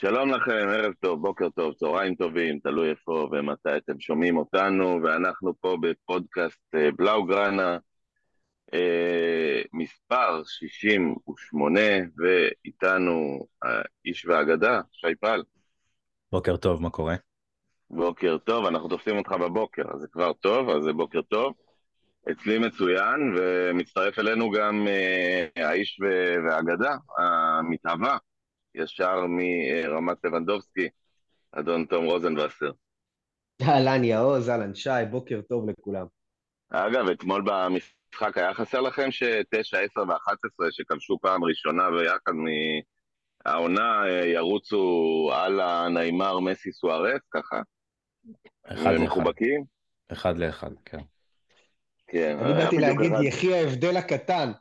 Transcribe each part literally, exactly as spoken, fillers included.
שלום לכם, ערב טוב, בוקר טוב, צהריים טובים, תלוי איפה ומתי אתם שומעים אותנו, ואנחנו פה בפודקאסט אה, בלאוגרנה, אה, מספר שישים ושמונה, ואיתנו האיש והאגדה, שי פל. בוקר טוב, מה קורה? בוקר טוב, אנחנו תופסים אותך בבוקר, אז זה כבר טוב, אז זה בוקר טוב. אצלי מצוין, ומצטרף אלינו גם אה, האיש והאגדה, המתהווה, ישר מרמת לבנדובסקי, אדון תום רוזנבסר. אהלן יעוז, אהלן שי, בוקר טוב לכולם. אגב, אתמול במשחק היה חסר לכם שתשע, עשר ואחת עשרה שכבשו פעם ראשונה ביחד מהעונה ירוצו על הניימר מסי סוארץ, ככה, אחד לאחד. ומחובקים? אחד לאחד, כן. כן, אני היה באתי בדיוק להגיד, אחד. יחי ההבדל הקטן.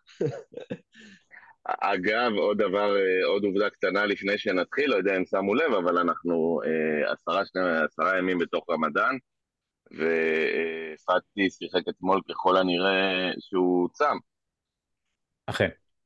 אגב, עוד דבר, אה, עוד עובדה קטנה לפני שנתחיל, לא יודע אם שמו לב, אבל אנחנו אה, עשרה, שני, עשרה ימים בתוך רמדאן, ופאטי שיחק אתמול ככל הנראה שהוא צם. אכן.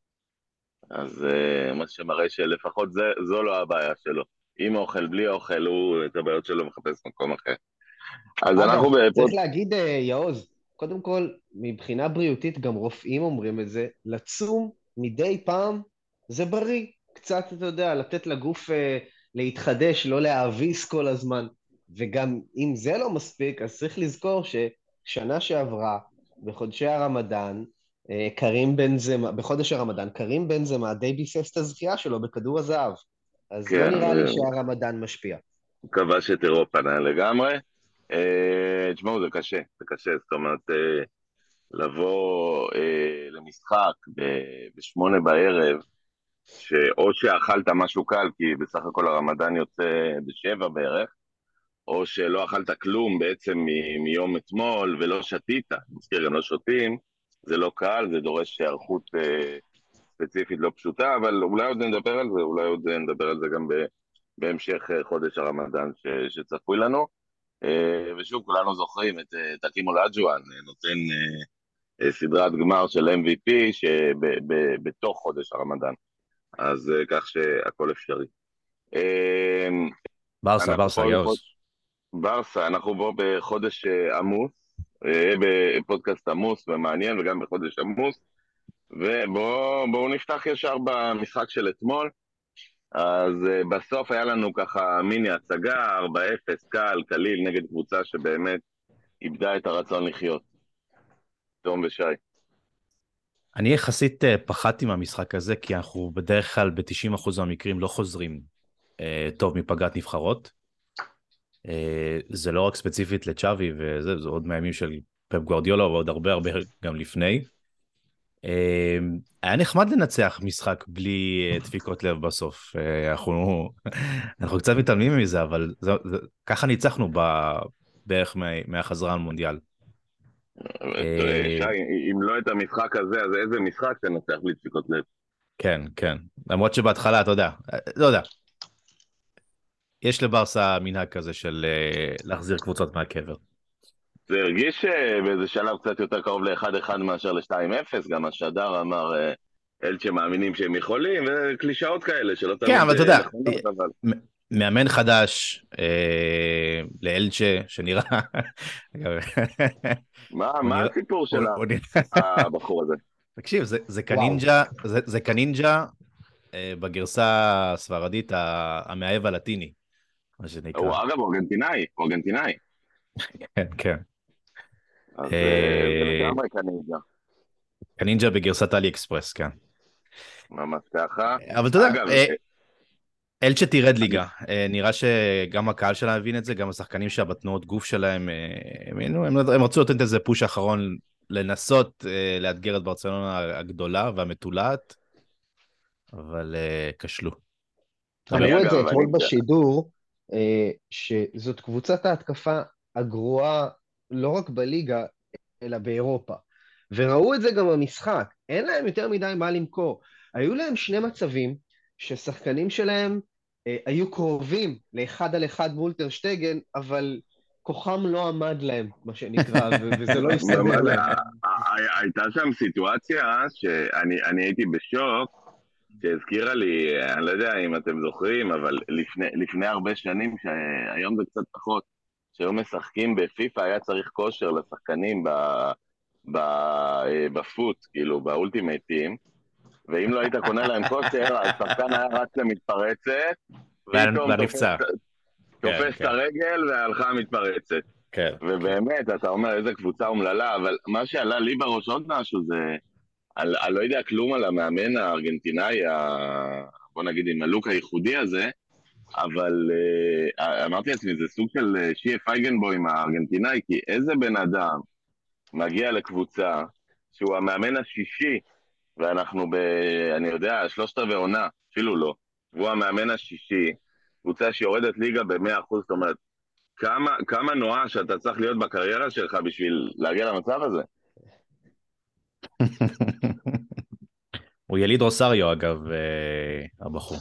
אז uh, מה שמראה שלפחות זה, זו לא הבעיה שלו. עם אוכל, בלי אוכל, הוא את הבעיות שלו מחפש במקום אחר. אז אגב, אנחנו בפוד... צריך להגיד, אה, יעוז, קודם כל, מבחינה בריאותית, גם רופאים אומרים את זה, לצום מדי פעם זה בריא. קצת, אתה יודע, לתת לגוף אה, להתחדש, לא להאביס כל הזמן. וגם אם זה לא מספיק, אז צריך לזכור ששנה שעברה, בחודשי הרמדאן, אה, קרים בנזמה, בחודש הרמדאן, קרים בנזמה די ביסס את הזכייה שלו בכדור הזהב. אז לא כן, נראה לי הוא שהרמדאן משפיע. כבש את אירופה לגמרי. אה, תשמעו, זה קשה, זה קשה, זאת אומרת, אה, לבוא אה, למשחק ב- בשמונה בערב, שאו שאכלת משהו קל, כי בסך הכל הרמדאן יוצא בשבע בערך, או שלא אכלת כלום בעצם מ- מיום אתמול ולא שתית, מזכיר גם לא שותים, זה לא קל, זה דורש היערכות אה, ספציפית לא פשוטה, אבל אולי עוד נדבר על זה, אולי עוד נדבר על זה גם ב, בהמשך אה, חודש הרמדאן ש, שצפוי לנו. אה, ושוב, כולנו זוכרים את אה, תקים אולג'ואן, אה, נותן אה, אה, סדרת גמר של אם וי פי שבתוך חודש הרמדאן, אז אה, כך שהכל אפשרי. אה, ברסה, אנחנו ברסה, פה יאוז. ברסה, אנחנו בו בחודש אה, עמוס, אה, בפודקאסט עמוס ומעניין וגם בחודש עמוס, ובואו נפתח ישר במשחק של אתמול. אז אה, בסוף היה לנו ככה מיני הצגה, ארבע אפס, קל, קליל, נגד קבוצה שבאמת איבדה את הרצון לחיות. תום ושי. אני יחסית אה, פחדתי מהמשחק הזה, כי אנחנו בדרך כלל ב-תשעים אחוז מהמקרים לא חוזרים אה, טוב מפגרת נבחרות. אה, זה לא רק ספציפית לצ'אבי, וזה זה עוד מהימים של פפ גוארדיולה, ועוד הרבה הרבה גם לפני. אה, היה נחמד לנצח משחק בלי אה, דפיקות לב בסוף. אה, אנחנו, אנחנו קצת מתעלמים מזה, אבל זה, זה, ככה ניצחנו ב, בערך מה, מהחזרה על מונדיאל. אה, אה, שי, אם לא את המשחק הזה, אז איזה משחק תנצח בלי דפיקות לב? כן, כן. למרות שבהתחלה, אתה יודע, אה, לא יודע, יש לברסה מנהג כזה של אה, להחזיר קבוצות מהקבר. זה הרגיש אה, באיזה שלב קצת יותר קרוב ל-אחד אחד מאשר ל-שתיים אפס, גם השדר אמר אה, אלצ'ה מאמינים שהם יכולים, וקלישאות כאלה שלא כן, תמיד אבל אתה אה, יודע, נכונות, אבל... מ- מאמן חדש אה, לאלצ'ה, שנראה... אגב, מה, הוא מה נראה... הסיפור של הוא- ה- הוא נראה- הבחור הזה? תקשיב, זה, זה וואו. קנינג'ה, זה, זה קנינג'ה אה, בגרסה הספרדית ה- המאהב הלטיני, מה הוא שנקרא. אגב הוא ארגנטינאי, הוא ארגנטינאי, כן, כן. אז אה, זה אה, לגמרי קנינג'ה, קנינג'ה בגרסת אלי אקספרס, כן. ממש ככה. אבל אתה יודע, אגב, אה, אה, אלצ'ה תירד אני, ליגה, אה, נראה שגם הקהל שלה הבין את זה, גם השחקנים שלה בתנועות גוף שלהם, אה, הם, הם, הם רצו לתת איזה פוש אחרון, לנסות אה, לאתגר את ברצלונה הגדולה והמתולעת, אבל אה, כשלו. דבר. אני אמרו את זה אגב, אני, אתמול בשידור, אה, שזאת קבוצת ההתקפה הגרועה לא רק בליגה, אלא באירופה. וראו את זה גם במשחק, אין להם יותר מדי מה למכור. היו להם שני מצבים ששחקנים שלהם אה, היו קרובים לאחד על אחד מול טרשטגן, אבל כוחם לא עמד להם, מה שנקרא, ו- וזה לא מה הסתדר זה, להם. ה- ה- הייתה שם סיטואציה שאני אני הייתי בשוק, שהזכירה לי, אני לא יודע אם אתם זוכרים, אבל לפני, לפני הרבה שנים, שהיום זה קצת פחות, שהיו משחקים בפיפא, היה צריך כושר לשחקנים ב, ב, אה, בפוט, כאילו, באולטימטים, ואם לא היית קונה להם כושר, אז שחקן היה רץ למתפרצת, פתאום תופס, והנפצע. כן, תופס את כן, הרגל והלכה המתפרצת. כן, כן. ובאמת, אתה אומר, איזה קבוצה אומללה, אבל מה שעלה לי בראש עוד משהו זה, אני, אני לא יודע כלום על המאמן הארגנטינאי, ה... בוא נגיד עם הלוק הייחודי הזה, אבל uh, אמרתי לעצמי, זה סוג של uh, שיה פייגנבוים הארגנטינאי, כי איזה בן אדם מגיע לקבוצה שהוא המאמן השישי, ואנחנו ב... אני יודע, שלושת רבעי עונה, אפילו לא, והוא המאמן השישי, קבוצה שיורדת ליגה ב-מאה אחוז, זאת אומרת, כמה, כמה נואש אתה צריך להיות בקריירה שלך בשביל להגיע למצב הזה? הוא יליד רוסריו, אגב, אה, הבחור.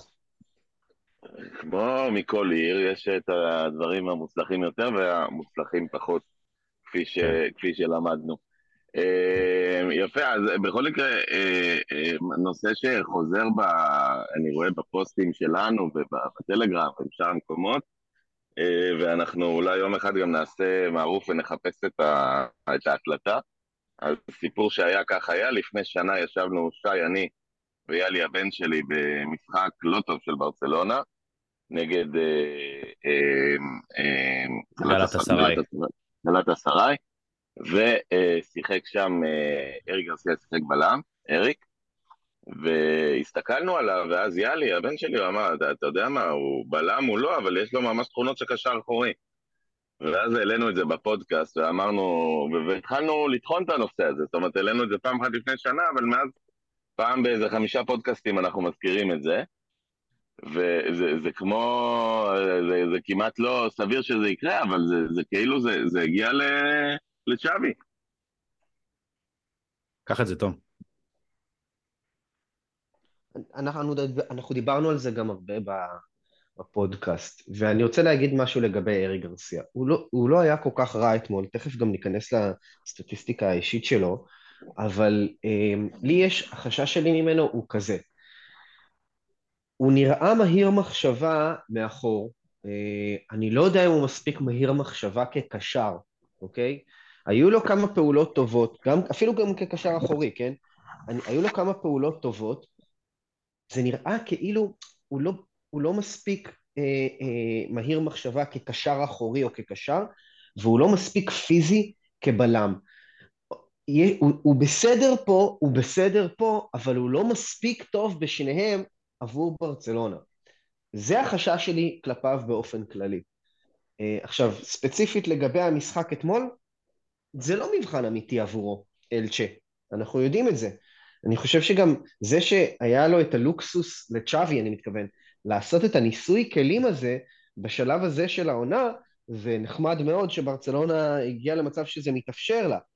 כמו מכל עיר, יש את הדברים המוצלחים יותר והמוצלחים פחות, כפי, ש... כן, כפי שלמדנו. כן. אה, יפה, אז בכל מקרה, אה, אה, נושא שחוזר, ב... אני רואה בפוסטים שלנו ובטלגרם ובשאר המקומות, אה, ואנחנו אולי יום אחד גם נעשה מערוף ונחפש את, ה... את ההקלטה. אז סיפור שהיה כך היה, לפני שנה ישבנו שי, אני ויאלי הבן שלי במשחק לא טוב של ברצלונה, נגד אה, אה, אה, גלת אסריי. גלת אסריי, ושיחק שם, אה, אריק גרסיה שיחק בלם, אריק, והסתכלנו עליו, ואז יאלי, הבן שלי, הוא אמר, אתה, אתה יודע מה, הוא בלם, הוא לא, אבל יש לו ממש תכונות שקשר אחורי. ואז העלינו את זה בפודקאסט, ואמרנו, והתחלנו לטחון את הנושא הזה, זאת אומרת, העלינו את זה פעם אחת לפני שנה, אבל מאז פעם באיזה חמישה פודקאסטים אנחנו מזכירים את זה, וזה זה כמו, זה, זה כמעט לא סביר שזה יקרה, אבל זה, זה כאילו זה, זה הגיע ל, לצ'אבי. קח את זה, תום. אנחנו, אנחנו דיברנו על זה גם הרבה בפודקאסט, ואני רוצה להגיד משהו לגבי ארי גרסיה. הוא לא, הוא לא היה כל כך רע אתמול, תכף גם ניכנס לסטטיסטיקה האישית שלו, אבל אה, לי יש, החשש שלי ממנו הוא כזה. הוא נראה מהיר מחשבה מאחור, אה, אני לא יודע אם הוא מספיק מהיר מחשבה כקשר, אוקיי? היו לו כמה פעולות טובות, גם, אפילו גם כקשר אחורי, כן? אני, היו לו כמה פעולות טובות, זה נראה כאילו הוא לא, הוא לא מספיק אה, אה, מהיר מחשבה כקשר אחורי או כקשר, והוא לא מספיק פיזי כבלם. יהיה, הוא, הוא בסדר פה, הוא בסדר פה, אבל הוא לא מספיק טוב בשניהם עבור ברצלונה. זה החשש שלי כלפיו באופן כללי. אה, עכשיו, ספציפית לגבי המשחק אתמול, זה לא מבחן אמיתי עבורו, אלצ'ה. אנחנו יודעים את זה. אני חושב שגם זה שהיה לו את הלוקסוס לצ'אבי, אני מתכוון, לעשות את הניסוי כלים הזה בשלב הזה של העונה, זה נחמד מאוד שברצלונה הגיעה למצב שזה מתאפשר לה.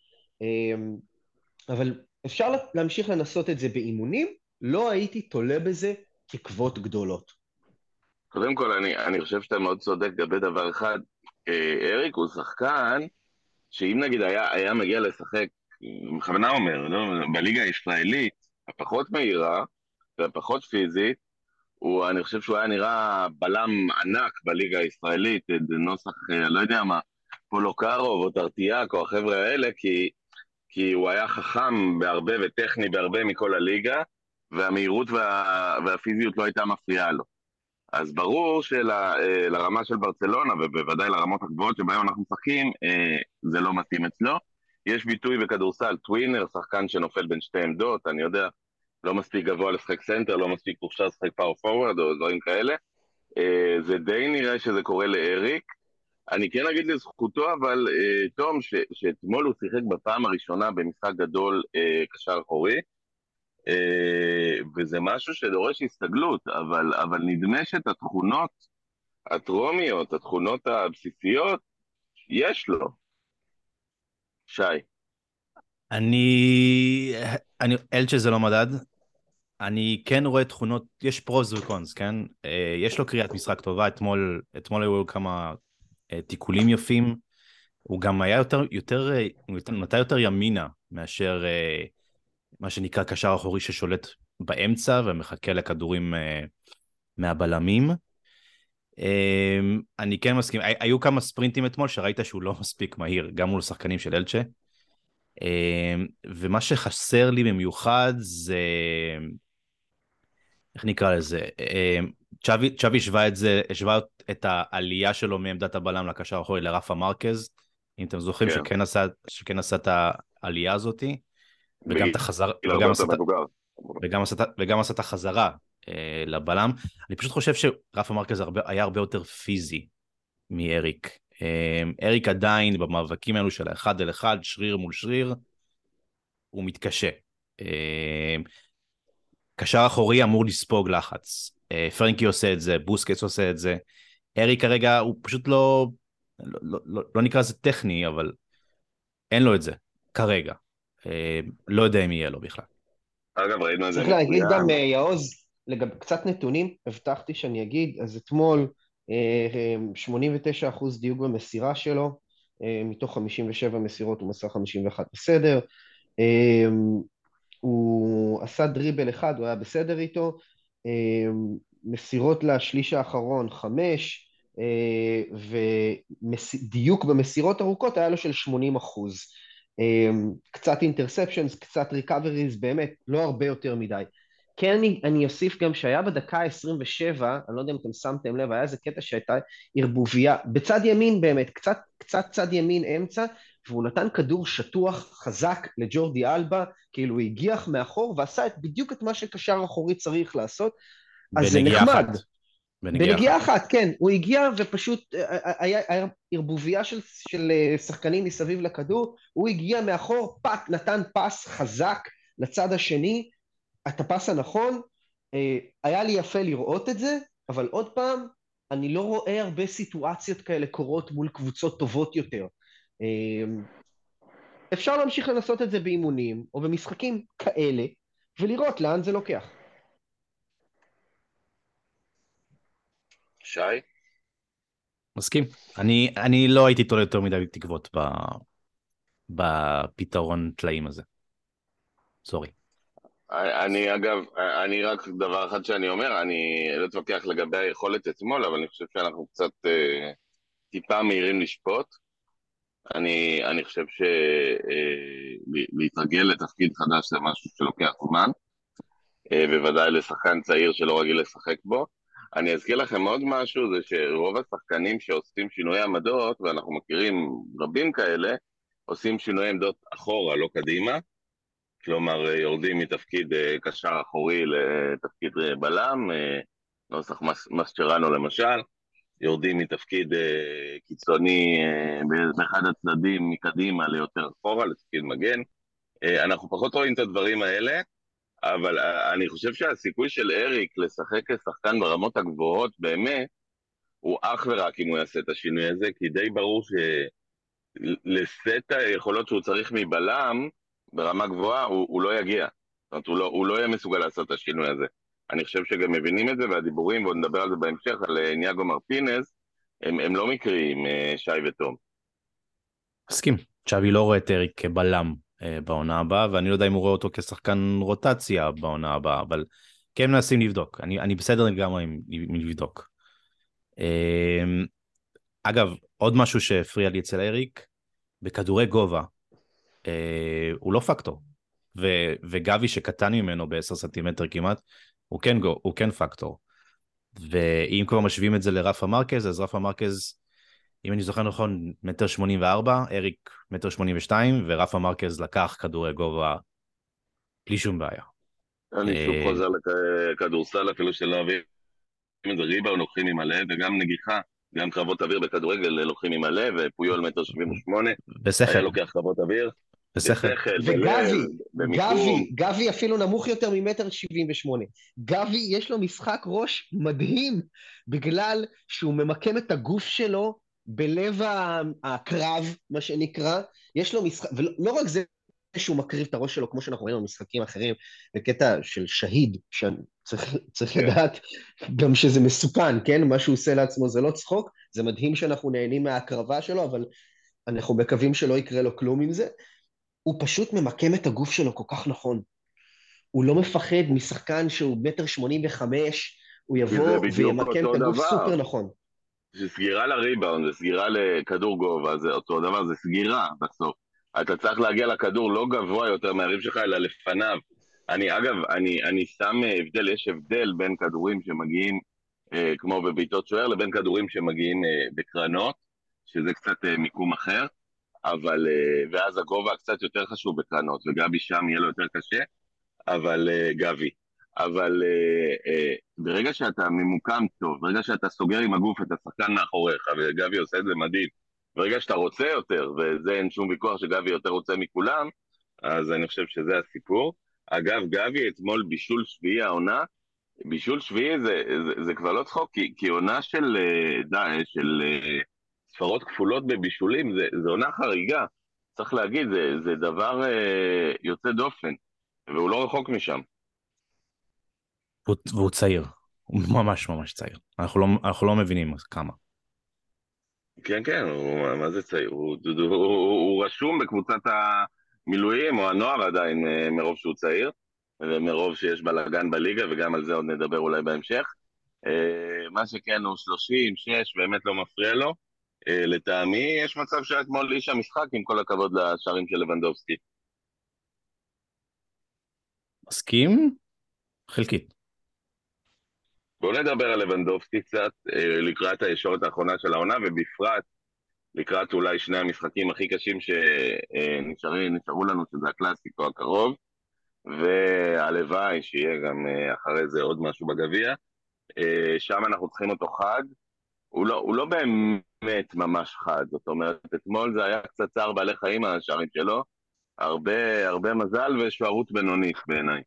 אבל אפשר להמשיך לנסות את זה באימונים, לא הייתי תולה בזה תקוות גדולות. קודם כל, אני, אני חושב שאתה מאוד צודק לגבי דבר אחד. אה, אריק הוא שחקן שאם נגיד היה, היה מגיע לשחק, בכוונה אומר, לא, בליגה הישראלית, הפחות מהירה והפחות פיזית, הוא, אני חושב שהוא היה נראה בלם ענק בליגה הישראלית, נוסח, לא יודע מה, פולוקרוב או טרטיאק או החבר'ה האלה, כי, כי הוא היה חכם בהרבה וטכני בהרבה מכל הליגה, והמהירות וה, והפיזיות לא הייתה מפריעה לו. אז ברור שלרמה של ברצלונה, ובוודאי לרמות הגבוהות שבהם אנחנו משחקים, זה לא מתאים אצלו. יש ביטוי בכדורסל, טווינר, שחקן שנופל בין שתי עמדות, אני יודע, לא מספיק גבוה לשחק סנטר, לא מספיק מוכשר לשחק פאור פורוורד או דברים כאלה. זה די נראה שזה קורה לאריק. אני כן אגיד לזכותו, אבל תום, שאתמול הוא שיחק בפעם הראשונה במשחק גדול קשר אחורי, וזה משהו שדורש הסתגלות, אבל, אבל נדמה שאת התכונות הטרומיות, התכונות הבסיסיות, יש לו. שי. אני... אני... אלצ'ה זה לא מדד. אני כן רואה תכונות, יש פרוז וקונס, כן? יש לו קריאת משחק טובה, אתמול, אתמול היו כמה תיקולים יפים, הוא גם היה יותר, יותר, הוא נטע יותר ימינה מאשר מה שנקרא קשר אחורי ששולט באמצע ומחכה לכדורים מהבלמים. אני כן מסכים, היו כמה ספרינטים אתמול שראית שהוא לא מספיק מהיר, גם מול שחקנים של אלצ'ה, ומה שחסר לי במיוחד זה, איך נקרא לזה, צ'אבי, צ'אבי השווה את זה, השווה את העלייה שלו מעמדת הבלם לקשר האחורי לרפה מרקז, אם אתם זוכרים, כן. שכן עשה, שכן עשה את העלייה הזאת, וגם את החזרה, וגם עשה, וגם עשה, וגם עשה את החזרה אה, לבלם. אני פשוט חושב שרפה מרקז הרבה, היה הרבה יותר פיזי מאריק. אה, אריק עדיין במאבקים האלו של האחד אל אחד, שריר מול שריר, הוא מתקשה. אה, קשר אחורי אמור לספוג לחץ. אה, פרנקי עושה את זה, בוסקץ עושה את זה. אריק כרגע הוא פשוט לא, לא, לא, לא, לא נקרא זה טכני, אבל אין לו את זה כרגע. אה, לא יודע אם יהיה לו בכלל. אגב, ראינו את זה צריך להגיד גם, יעוז, לגבי קצת נתונים, הבטחתי שאני אגיד, אז אתמול שמונים ותשעה אחוז דיוק במסירה שלו, מתוך חמישים ושבע מסירות הוא מסר חמישים ואחת בסדר, הוא עשה דריבל אחד, הוא היה בסדר איתו, מסירות לשליש האחרון חמש, ודיוק במסירות ארוכות היה לו של שמונים אחוז. קצת אינטרספשנס, קצת ריקאבריז, באמת, לא הרבה יותר מדי. כן, אני, אני אוסיף גם שהיה בדקה ה-עשרים ושבע, אני לא יודע אם אתם שמתם לב, היה איזה קטע שהייתה ערבוביה, בצד ימין באמת, קצת, קצת צד ימין אמצע, והוא נתן כדור שטוח חזק לג'ורדי אלבה, כאילו הוא הגיח מאחור, ועשה את, בדיוק את מה שקשר אחורי צריך לעשות, אז זה נחמד. אחת. בנגיעה, בנגיעה אחת. אחת, כן, הוא הגיע ופשוט היה, היה ערבוביה של, של שחקנים מסביב לכדור, הוא הגיע מאחור, פאק, נתן פס חזק לצד השני, את הפס הנכון, היה לי יפה לראות את זה, אבל עוד פעם, אני לא רואה הרבה סיטואציות כאלה קורות מול קבוצות טובות יותר. אפשר להמשיך לנסות את זה באימונים, או במשחקים כאלה, ולראות לאן זה לוקח. שי? מסכים. אני, אני לא הייתי תולה יותר מדי תקוות ב, בפתרון תלאים הזה. סורי. אני אגב, אני רק דבר אחד שאני אומר, אני לא אתווכח לגבי היכולת אתמול, אבל אני חושב שאנחנו קצת אה, טיפה מהירים לשפוט. אני, אני חושב שלהתרגל אה, לתפקיד חדש זה משהו שלוקח זמן, אה, בוודאי לשחקן צעיר שלא רגיל לשחק בו. אני אזכיר לכם עוד משהו, זה שרוב השחקנים שעושים שינוי עמדות, ואנחנו מכירים רבים כאלה, עושים שינוי עמדות אחורה, לא קדימה, כלומר יורדים מתפקיד קשר אחורי לתפקיד בלם, נוסח מסצ'רנו למשל, יורדים מתפקיד קיצוני באחד הצדדים מקדימה ליותר אחורה, לתפקיד מגן. אנחנו פחות רואים את הדברים האלה, אבל אני חושב שהסיכוי של אריק לשחק כשחקן ברמות הגבוהות באמת, הוא אך ורק אם הוא יעשה את השינוי הזה, כי די ברור שלסט היכולות שהוא צריך מבלם, ברמה גבוהה, הוא, הוא לא יגיע. זאת אומרת, הוא לא, הוא לא יהיה מסוגל לעשות את השינוי הזה. אני חושב שגם מבינים את זה, והדיבורים, ועוד נדבר על זה בהמשך, על ניאגו מרטינז, הם, הם לא מקריים, שי ותום. מסכים. צ'אבי לא רואה את אריק כבלם אה, בעונה הבאה, ואני לא יודע אם הוא רואה אותו כשחקן רוטציה בעונה הבאה, אבל כן מנסים לבדוק. אני, אני בסדר לגמרי עם, עם לבדוק. אה, אגב, עוד משהו שהפריע לי אצל אריק, בכדורי גובה, אה, הוא לא פקטור, ו- וגבי שקטן ממנו ב-עשרה סנטימטר כמעט, הוא כן, גו, הוא כן פקטור, ואם כבר משווים את זה לרפה מרקז, אז רפה מרקז, אם אני זוכר נכון, מטר שמונים וארבע, אריק מטר שמונים ושתיים, ורפה מרקז לקח כדורי גובה בלי שום בעיה. אני שוב חוזר לכדורסל, אפילו שלא אוויר, אם זה ריבה, לוקחים עם מלא, וגם נגיחה, גם קרבות אוויר בכדורגל לוקחים עם מלא, ופויול מטר שבעים ושמונה, היה לוקח קרבות אוויר. בשכל. וגבי, גבי, גבי אפילו נמוך יותר ממטר שבעים ושמונה. גבי יש לו משחק ראש מדהים, בגלל שהוא ממקם את הגוף שלו בלב הקרב, מה שנקרא. יש לו משחק, ולא רק זה שהוא מקריב את הראש שלו, כמו שאנחנו רואים במשחקים אחרים, בקטע של שהיד, שצריך צריך לדעת גם שזה מסוכן, כן? מה שהוא עושה לעצמו זה לא צחוק, זה מדהים שאנחנו נהנים מההקרבה שלו, אבל אנחנו מקווים שלא יקרה לו כלום עם זה. הוא פשוט ממקם את הגוף שלו כל כך נכון. הוא לא מפחד משחקן שהוא מטר שמונים וחמש, הוא כי זה יבוא בדיוק וימקם את אותו הגוף דבר. סופר נכון. זה סגירה לריבאונד, זה סגירה לכדור גובה, זה אותו דבר, זה סגירה בסוף. אתה צריך להגיע לכדור לא גבוה יותר מהריב שלך, אלא לפניו. אני, אגב, אני, אני שם הבדל, יש הבדל בין כדורים שמגיעים אה, כמו בביתות שוער, לבין כדורים שמגיעים אה, בקרנות, שזה קצת אה, מיקום אחר, אבל, אה, ואז הגובה קצת יותר חשוב בקרנות, וגבי שם יהיה לו יותר קשה, אבל אה, גבי. אבל אה, אה, ברגע שאתה ממוקם טוב, ברגע שאתה סוגר עם הגוף את השחקן מאחוריך, וגבי עושה את זה מדהים, ברגע שאתה רוצה יותר, וזה אין שום ויכוח שגבי יותר רוצה מכולם, אז אני חושב שזה הסיפור. אגב, גבי אתמול בישול שביעי העונה, בישול שביעי זה, זה, זה כבר לא צחוק, כי, כי עונה של, אה, די, של אה, ספרות כפולות בבישולים, זה, זה עונה חריגה. צריך להגיד, זה, זה דבר אה, יוצא דופן, והוא לא רחוק משם. והוא, והוא צעיר, הוא ממש ממש צעיר, אנחנו לא, אנחנו לא מבינים כמה. כן, כן, הוא, מה זה צעיר? הוא, הוא, הוא, הוא, הוא רשום בקבוצת המילואים או הנוער עדיין אה, מרוב שהוא צעיר, ומרוב שיש בלאגן בליגה, וגם על זה עוד נדבר אולי בהמשך. אה, מה שכן, הוא שלושים, שש, באמת לא מפריע לו. אה, לטעמי, יש מצב שהיה אתמול איש המשחק, עם כל הכבוד לשערים של לבנדובסקי. מסכים? חלקית. בואו נדבר על לבנדובסקי קצת, אה, לקראת הישורת האחרונה של העונה, ובפרט לקראת אולי שני המשחקים הכי קשים שנשארו לנו, שזה הקלאסיקו הקרוב, והלוואי שיהיה גם אה, אחרי זה עוד משהו בגביע. אה, שם אנחנו צריכים אותו חד. הוא לא, הוא לא באמת ממש חד, זאת אומרת, אתמול זה היה קצת צער בעלי חיים השערים שלו, הרבה, הרבה מזל ושוערות בינונית בעיניי.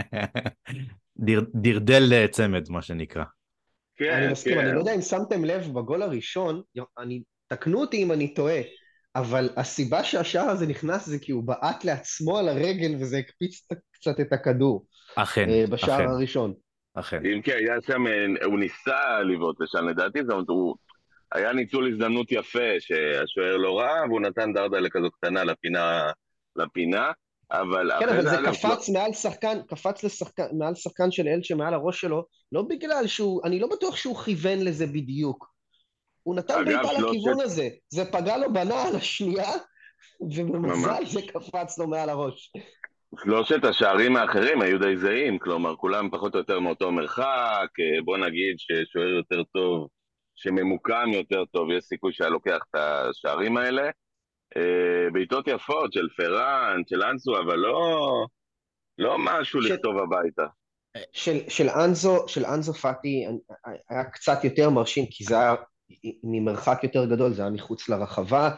דיר, דרדל צמד, מה שנקרא. אני כן, מסכים, אני כן. לא יודע אם שמתם לב בגול הראשון, אני, תקנו אותי אם אני טועה, אבל הסיבה שהשער הזה נכנס זה כי הוא בעט לעצמו על הרגל וזה הקפיץ קצת את הכדור. אכן, בשער אכן, הראשון. אכן. אם כן, היה שם, הוא ניסה לבעוט לשם, לדעתי, זאת אומרת, הוא היה ניצול הזדמנות יפה, שהשוער לא ראה, והוא נתן דרדה לכזו קטנה לפינה, לפינה, אבל כן, אחרי אבל זה זה, אגב, לא, קפץ מעל שחקן, קפץ לשחקן, מעל שחקן של אל שמעל הראש שלו, לא בגלל שהוא, אני לא בטוח שהוא כיוון לזה בדיוק. הוא נתן אגב, בעיטה שלושת, לכיוון הזה, זה פגע לו בנעל השנייה, ובמזל זה ממש, קפץ לו מעל הראש. שלושת השערים האחרים היו די זהים, כלומר, כולם פחות או יותר מאותו מרחק, בוא נגיד ששוער יותר טוב, שממוקם יותר טוב, יש סיכוי שהיה לוקח את השערים האלה. אה, בעיטות יפות של פרן, של אנסו, אבל לא, לא משהו ש... לכתוב הביתה. של, של אנזו, של אנזו פאטי היה קצת יותר מרשים, כי זה היה ממרחק יותר גדול, זה היה מחוץ לרחבה.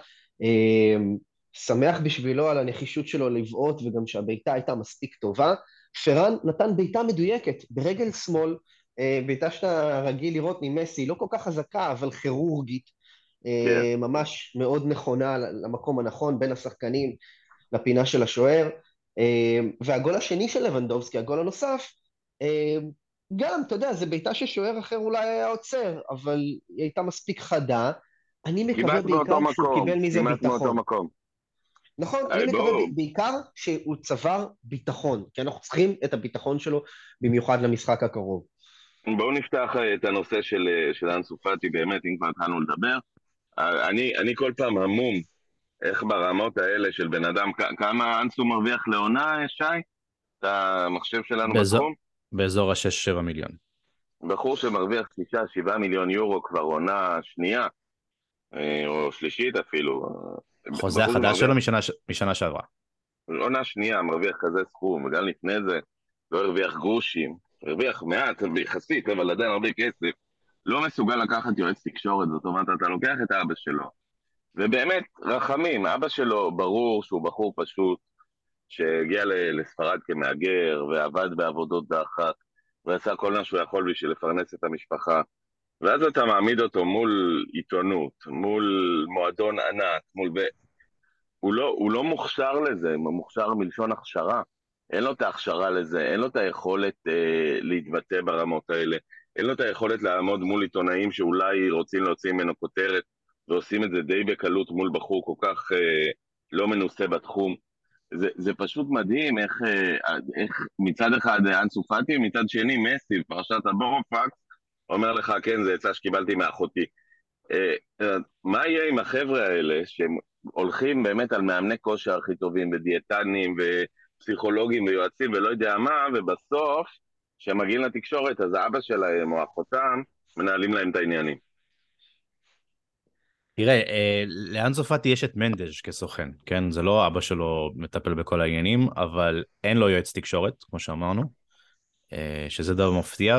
שמח בשבילו על הנחישות שלו לבעוט, וגם שהביתה הייתה מספיק טובה. פרן נתן ביתה מדויקת, ברגל שמאל, ביתה שאתה רגיל לראות ממסי, לא כל כך חזקה, אבל כירורגית, כן. ממש מאוד נכונה למקום הנכון, בין השחקנים לפינה של השוער. והגול השני של לבנדובסקי, הגול הנוסף, גם, אתה יודע, זה ביתה ששוער אחר אולי היה עוצר, אבל היא הייתה מספיק חדה. אני מקווה כמעט בעיקר באותו שהוא מקום, קיבל מזה כמעט באותו ביטחון. מקום. נכון, אני היי, מקווה בואו, בעיקר שהוא צבר ביטחון, כי אנחנו צריכים את הביטחון שלו במיוחד למשחק הקרוב. בואו נפתח את הנושא של, של אנסו פאטי, באמת, אם כבר התחלנו לדבר. אני, אני כל פעם המום, איך ברמות האלה של בן אדם, כ- כמה אנסו מרוויח לעונה, שי? את המחשב שלנו באזור, בתחום? באזור השש שבע מיליון. בחור שמרוויח שישה, שבעה מיליון יורו כבר עונה שנייה, אה, או שלישית אפילו. חוזה בחור החדש שמרוויח שלו משנה, משנה שעברה. עונה שנייה, מרוויח כזה סכום, וגם לפני זה לא הרוויח גרושים, הרוויח מעט ביחסית, אבל עדיין הרבה כסף. לא מסוגל לקחת יועץ תקשורת, זאת אומרת, אתה לוקח את האבא שלו, ובאמת, רחמים, אבא שלו ברור שהוא בחור פשוט, שהגיע ל- לספרד כמהגר, ועבד בעבודות דחק, ועשה כל מה שהוא יכול בשביל לפרנס את המשפחה. ואז אתה מעמיד אותו מול עיתונות, מול מועדון ענק, מול... הוא לא, הוא לא מוכשר לזה, הוא מוכשר מלשון הכשרה. אין לו את ההכשרה לזה, אין לו את היכולת אה, להתבטא ברמות האלה, אין לו את היכולת לעמוד מול עיתונאים שאולי רוצים להוציא ממנו כותרת, ועושים את זה די בקלות מול בחור כל כך אה, לא מנוסה בתחום. זה, זה פשוט מדהים איך, אה, איך מצד אחד אנסו פאטי, מצד שני מסי, פרשת הבורופקס, אומר לך, כן, זה עצה שקיבלתי מאחותי. אה, אה, מה יהיה עם החבר'ה האלה שהם הולכים באמת על מאמני כושר הכי טובים, ודיאטנים, ופסיכולוגים, ויועצים, ולא יודע מה, ובסוף, כשהם מגיעים לתקשורת, אז האבא שלהם או אחותם מנהלים להם את העניינים. תראה, אה, לאנזו פאטי יש את מנדז' כסוכן, כן? זה לא אבא שלו מטפל בכל העניינים, אבל אין לו יועץ תקשורת, כמו שאמרנו, אה, שזה דבר מפתיע,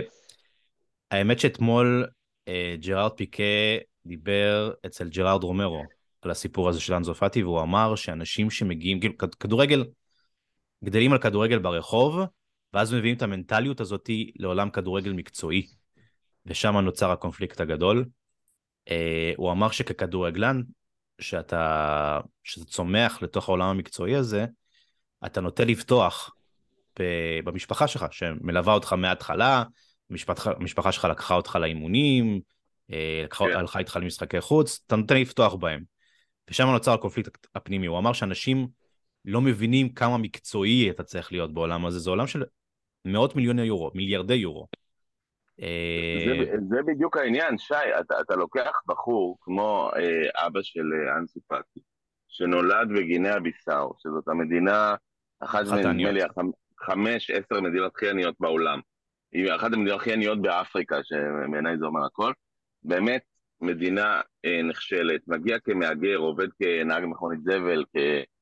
והאמת שאתמול אה, ג'רארד פיקה דיבר אצל ג'רארד רומרו על הסיפור הזה של אנזו פאטי, והוא אמר שאנשים שמגיעים, כאילו, כד- כדורגל, גדלים על כדורגל ברחוב, ואז מביאים את המנטליות הזאת לעולם כדורגל מקצועי, ושם נוצר הקונפליקט הגדול. אה, הוא אמר שככדורגלן, שאתה, שאתה צומח לתוך העולם המקצועי הזה, אתה נוטה לפתוח ב- במשפחה שלך, שמלווה אותך מההתחלה, המשפחה, המשפחה שלך לקחה אותך לאימונים, אה, לקחה, כן. הלכה איתך למשחקי חוץ, אתה נותן לפתוח בהם. ושם נוצר הקונפליקט הפנימי. הוא אמר שאנשים לא מבינים כמה מקצועי אתה צריך להיות בעולם הזה, זה עולם של מאות מיליוני יורו, מיליארדי יורו. זה, אה, זה בדיוק העניין, שי, אתה, אתה לוקח בחור כמו אה, אבא של אה, אנסו פאטי, שנולד בגינאה ביסאו, שזאת המדינה, אחת אחת מנדמה לי העניות. החמ- חמש, עשר מדינות הכי עניות בעולם. היא אחת המדינות הכי עניות באפריקה, שבעיניי זה אומר הכל. באמת, מדינה אה, נכשלת, מגיע כמהגר, עובד כנהג מכונית זבל, כ,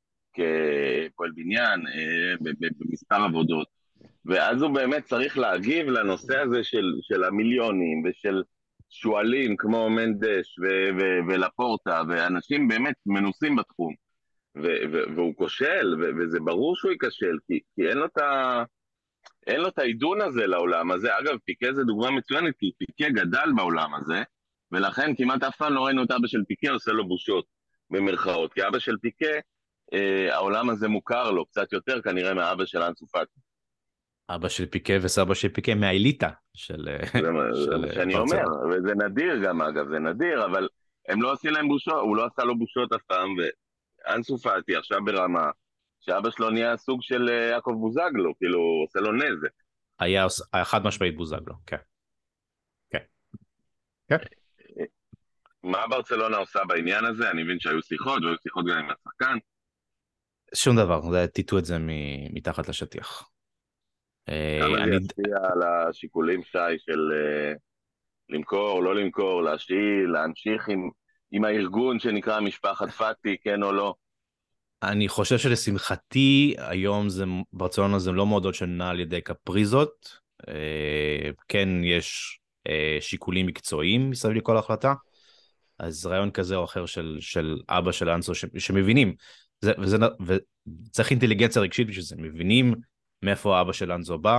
כפועל בניין, אה, ב- ב- במספר עבודות. ואז הוא באמת צריך להגיב לנושא הזה של, של המיליונים ושל שואלים כמו מנדש ו- ו- ולפורטה ואנשים באמת מנוסים בתחום ו- ו- והוא כושל ו- וזה ברור שהוא ייכשל כי, כי אין לו את ה... אין לו את העידון הזה לעולם הזה. אגב, פיקה זה דוגמה מצוינת כי פיקה גדל בעולם הזה ולכן כמעט אף פעם לא ראינו את אבא של פיקה עושה לו בושות במרכאות, כי אבא של פיקה אה, העולם הזה מוכר לו קצת יותר כנראה מהאבא של אנסו פאטי. אבא של פיקה וסבא של פיקה מהאליטה של, זה מה זה של מה שאני אומר, ברצלונה. וזה נדיר גם אגב, זה נדיר, אבל הם לא עושים להם בושות, הוא לא עשה לו בושות אף פעם, ואנסו פאטי עכשיו ברמה שאבא שלו נהיה סוג של אה, יעקב בוזגלו, כאילו הוא עושה לו נזק. היה, עוש- היה חד משמעית בוזגלו, כן, כן, כן. אה, מה ברצלונה עושה בעניין הזה? אני מבין שהיו שיחות, והיו שיחות גם עם השחקן. שום דבר, זה- טיטו את זה מ- מתחת לשטיח. כמה אה, זה אני, ישפיע על השיקולים, שי, של אה, למכור, לא למכור, להשאיל, להמשיך עם, עם הארגון שנקרא משפחת פאטי, כן או לא? אני חושב שלשמחתי היום זה, ברצלונה זה לא מועדון שנע על ידי קפריזות, אה, כן יש אה, שיקולים מקצועיים מסביב לכל החלטה, אז רעיון כזה או אחר של, של אבא של אנסו ש, שמבינים, זה, וזה, וצריך אינטליגנציה רגשית בשביל זה, מבינים מאיפה אבא של אנסו בא,